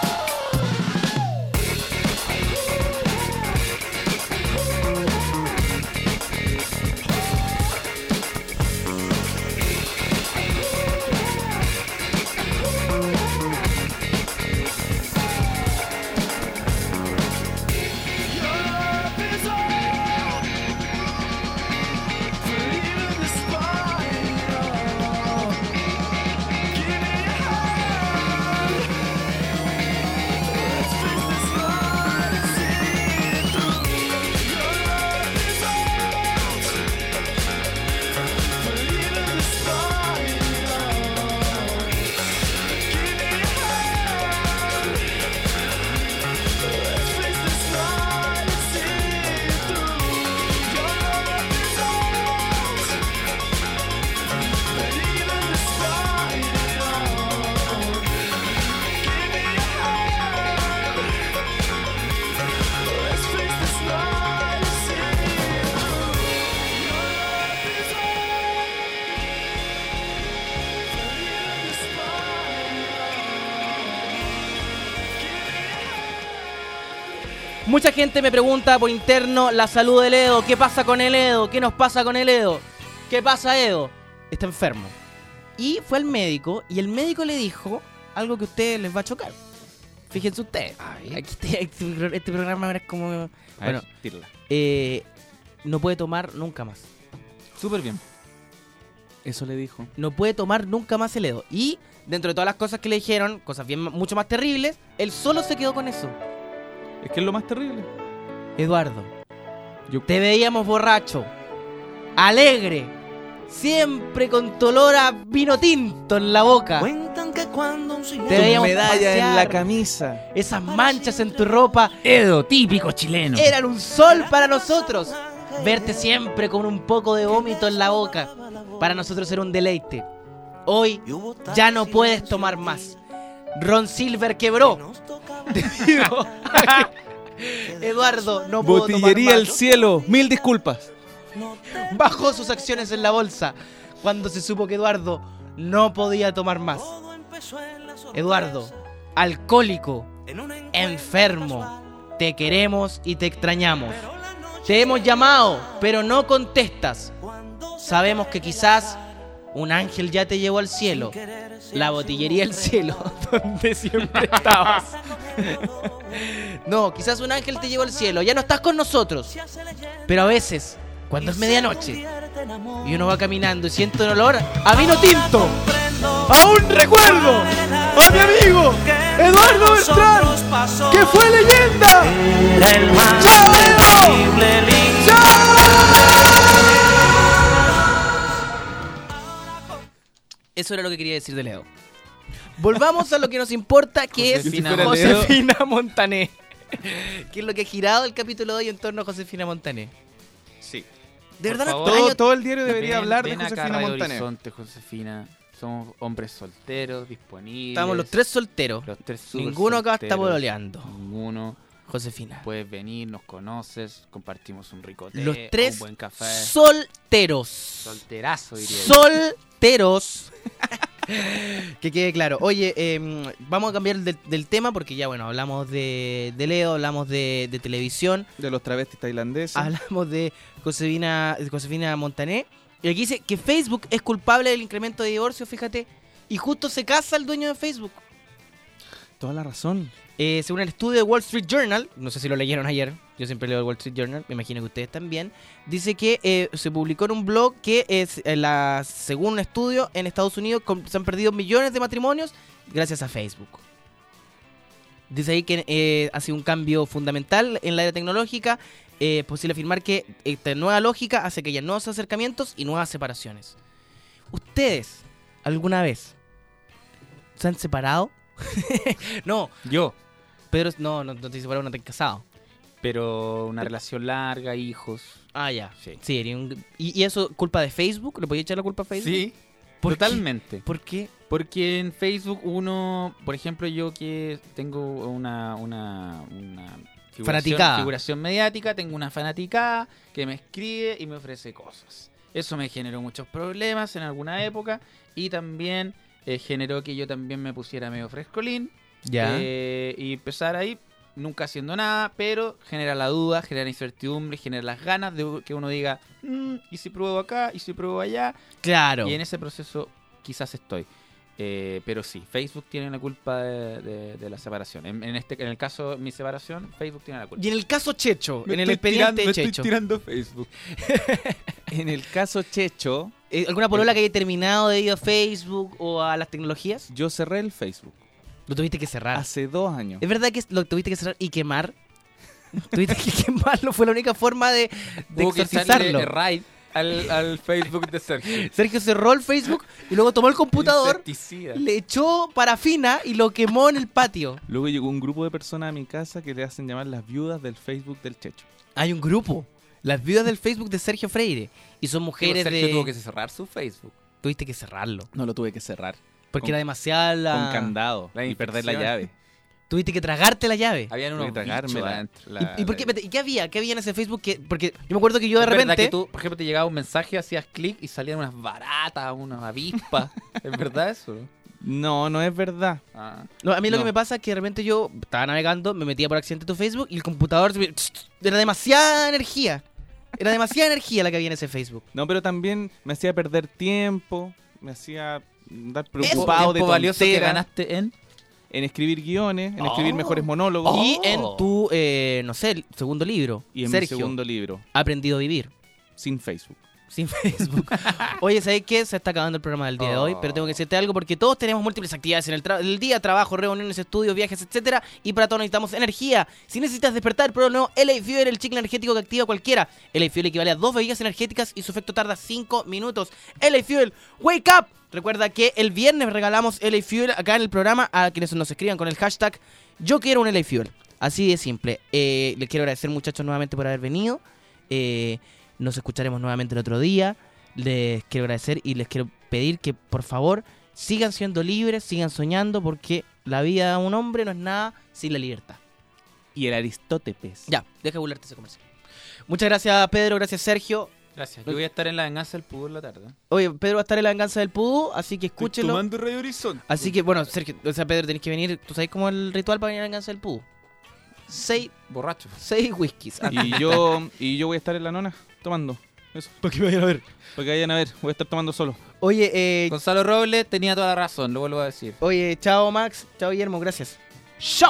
Mucha gente me pregunta por interno la salud del Edo. ¿Qué pasa con el Edo? ¿Qué nos pasa con el Edo? ¿Qué pasa, Edo? Está enfermo. Y fue al médico y el médico le dijo algo que a ustedes les va a chocar. Fíjense ustedes. Aquí este, este, este programa ahora es como... A Bueno, ver, tírala. eh, no puede tomar nunca más. Súper bien. Eso le dijo. No puede tomar nunca más el Edo. Y dentro de todas las cosas que le dijeron, cosas bien mucho más terribles, él solo se quedó con eso. Es que es lo más terrible. Eduardo, te veíamos borracho, alegre, siempre con tu olor a vino tinto en la boca. Cuentan que cuando un Te señor veíamos medalla en pasear. la camisa. Esas manchas en tu ropa Edo, típico chileno. eran un sol para nosotros. Verte siempre con un poco de vómito en la boca, para nosotros era un deleite. Hoy ya no puedes tomar más. Ron Silver quebró. Debido a que Eduardo no pudo tomar Botillería más. El Cielo, mil disculpas. Bajó sus acciones en la bolsa cuando se supo que Eduardo no podía tomar más. Eduardo, alcohólico, enfermo, te queremos y te extrañamos. Te hemos llamado, pero no contestas. Sabemos que quizás un ángel ya te llevó al cielo. La botillería El Cielo, donde siempre estabas. No, quizás un ángel te llevó al cielo. Ya no estás con nosotros. Pero a veces, cuando es medianoche y uno va caminando y siente un olor a vino tinto, aún recuerdo a mi amigo Eduardo Beltrán, que fue leyenda. ¡Chao, Edo! Eso era lo que quería decir de Leo. Volvamos a lo que nos importa, que Josefina es Josefina Montané. ¿Qué es lo que ha girado el capítulo de hoy en torno a Josefina Montané? Sí. De Por verdad, favor, extraño- Todo, todo el diario debería ven- hablar ven de acá a Josefina Radio Montané. Horizonte, Josefina. Somos hombres solteros, disponibles. Estamos los tres solteros. Los tres súper Ninguno acá está solteros. pololeando. Ninguno. Josefina. Puedes venir, nos conoces, compartimos un rico té, Los tres un buen café. solteros. Solterazo, diría yo. Solteros. Que quede claro. Oye, eh, vamos a cambiar del, del tema porque ya, bueno, hablamos de, de Leo, hablamos de, de televisión. De los travestis tailandeses. Hablamos de Josefina, de Josefina Montané. Y aquí dice que Facebook es culpable del incremento de divorcios, fíjate. Y justo se casa el dueño de Facebook. Toda la razón. Eh, según el estudio de Wall Street Journal, no sé si lo leyeron ayer, yo siempre leo el Wall Street Journal, me imagino que ustedes también, dice que eh, se publicó en un blog que es eh, la, según un estudio en Estados Unidos con- se han perdido millones de matrimonios gracias a Facebook. Dice ahí que eh, ha sido un cambio fundamental en la era tecnológica. Eh, es posible afirmar que esta nueva lógica hace que haya nuevos acercamientos y nuevas separaciones. ¿Ustedes alguna vez se han separado? No. Yo. Pedro, no, no, no te separado, no te has casado. Pero una relación larga, hijos. Ah, ya. Sí. Sí, eres un- ¿Y, ¿Y eso culpa de Facebook? ¿Le podía echar la culpa a Facebook? Sí, ¿Por totalmente. qué? ¿Por qué? Porque en Facebook uno, por ejemplo, yo que tengo una, una, una figuración, Fanaticada. figuración mediática, tengo una fanaticada que me escribe y me ofrece cosas. Eso me generó muchos problemas en alguna época y también eh, generó que yo también me pusiera medio frescolín. Ya. Eh, y empezar ahí, nunca haciendo nada, pero genera la duda, genera incertidumbre, genera las ganas de que uno diga, "Mm, ¿y si pruebo acá? ¿Y si pruebo allá? Claro. Y en ese proceso quizás estoy. Eh, pero sí, Facebook tiene la culpa de, de- de la separación. En, en este, en el caso de mi separación, Facebook tiene la culpa. Y en el caso Checho, Me en el estoy expediente tirando- me de estoy Checho. tirando Facebook. En el caso Checho, Eh, ¿Alguna polola que haya terminado debido a Facebook o a las tecnologías? yo cerré el Facebook Lo tuviste que cerrar. hace dos años. ¿Es verdad que lo tuviste que cerrar y quemar? ¿Tuviste que quemarlo? Fue la única forma de, de Hubo que exorcizarlo. echarle raid al, al Facebook de Sergio. Sergio cerró el Facebook y luego tomó el computador, Insecticida. le echó parafina y lo quemó en el patio. Luego llegó un grupo de personas a mi casa que le hacen llamar las viudas del Facebook del Checho. Hay un grupo, las viudas del Facebook de Sergio Freire, y son mujeres Sergio de... tuvo que cerrar su Facebook. Tuviste que cerrarlo, No lo tuve que cerrar. porque Con- era demasiada la... Con candado. La y perder la infección. llave. Tuviste que tragarte la llave. Habían Tuve unos que tragármela. bichos adentro. ¿Y, y por qué, espérate, ¿y qué había? ¿Qué había en ese Facebook? Que, porque yo me acuerdo que yo de ¿Es verdad repente... que tú, por ejemplo, te llegaba un mensaje, hacías clic y salían unas baratas, unas avispas? ¿Es verdad eso? No, no es verdad. Ah. No, a mí lo No. que me pasa es que de repente yo estaba navegando, me metía por accidente a tu Facebook y el computador... se me- Era demasiada energía. Era demasiada energía la que había en ese Facebook. No, pero también me hacía perder tiempo, me hacía andar ¿Tiempo preocupado de valioso que tontera, ganaste en? en escribir guiones, en escribir Oh. mejores monólogos Y en tu, eh, no sé, el segundo libro, y en Sergio, mi segundo libro, Aprendido a vivir. sin Facebook. Sin Facebook. Oye, ¿sabes qué? Se está acabando el programa del día de hoy, pero tengo que decirte algo porque todos tenemos múltiples actividades en el, tra- el día, trabajo, reuniones, estudios, viajes, etcétera, y para todo necesitamos energía. Si necesitas despertar, prueba el nuevo L A Fuel, el chicle energético que activa cualquiera. L A Fuel equivale a dos bebidas energéticas y su efecto tarda cinco minutos. L A Fuel, wake up. Recuerda que el viernes regalamos L A Fuel acá en el programa a quienes nos escriban con el hashtag Yo quiero un L A Fuel. Así de simple. Eh, les quiero agradecer, muchachos, nuevamente por haber venido. Eh, nos escucharemos nuevamente el otro día. Les quiero agradecer y les quiero pedir que por favor sigan siendo libres, sigan soñando, porque La vida de un hombre no es nada sin la libertad. Y el Aristóteles. Ya, deja de burlarte ese comercial. Muchas gracias, Pedro. Gracias, Sergio. Gracias. Yo voy a estar en La Venganza del Pudú en la tarde. Oye, Pedro va a estar en La Venganza del Pudú, así que escúchelo. Estoy tomando Radio Horizonte. Así que, bueno, Sergio, o sea, Pedro, tenés que venir. ¿Tú sabes cómo es el ritual para venir a La Venganza del Pudú? Seis borrachos. Seis whiskies. Y yo, y yo voy a estar en la nona tomando. Eso. ¿Para qué me vayan a ver? Para que vayan a ver. Voy a estar tomando solo. Oye, eh... Gonzalo Robles tenía toda la razón, lo vuelvo a decir. Oye, chao Max, chao Guillermo, gracias. ¡Chao!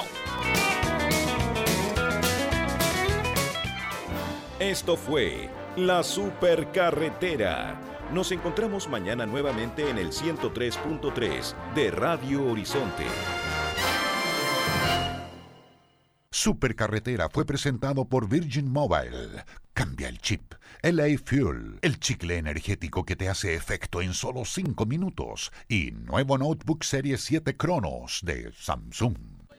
Esto fue La Supercarretera. Nos encontramos mañana nuevamente en el ciento tres punto tres de Radio Horizonte. Supercarretera fue presentado por Virgin Mobile. Cambia el chip. L A Fuel, el chicle energético que te hace efecto en solo cinco minutos. Y nuevo notebook Serie siete Cronos de Samsung.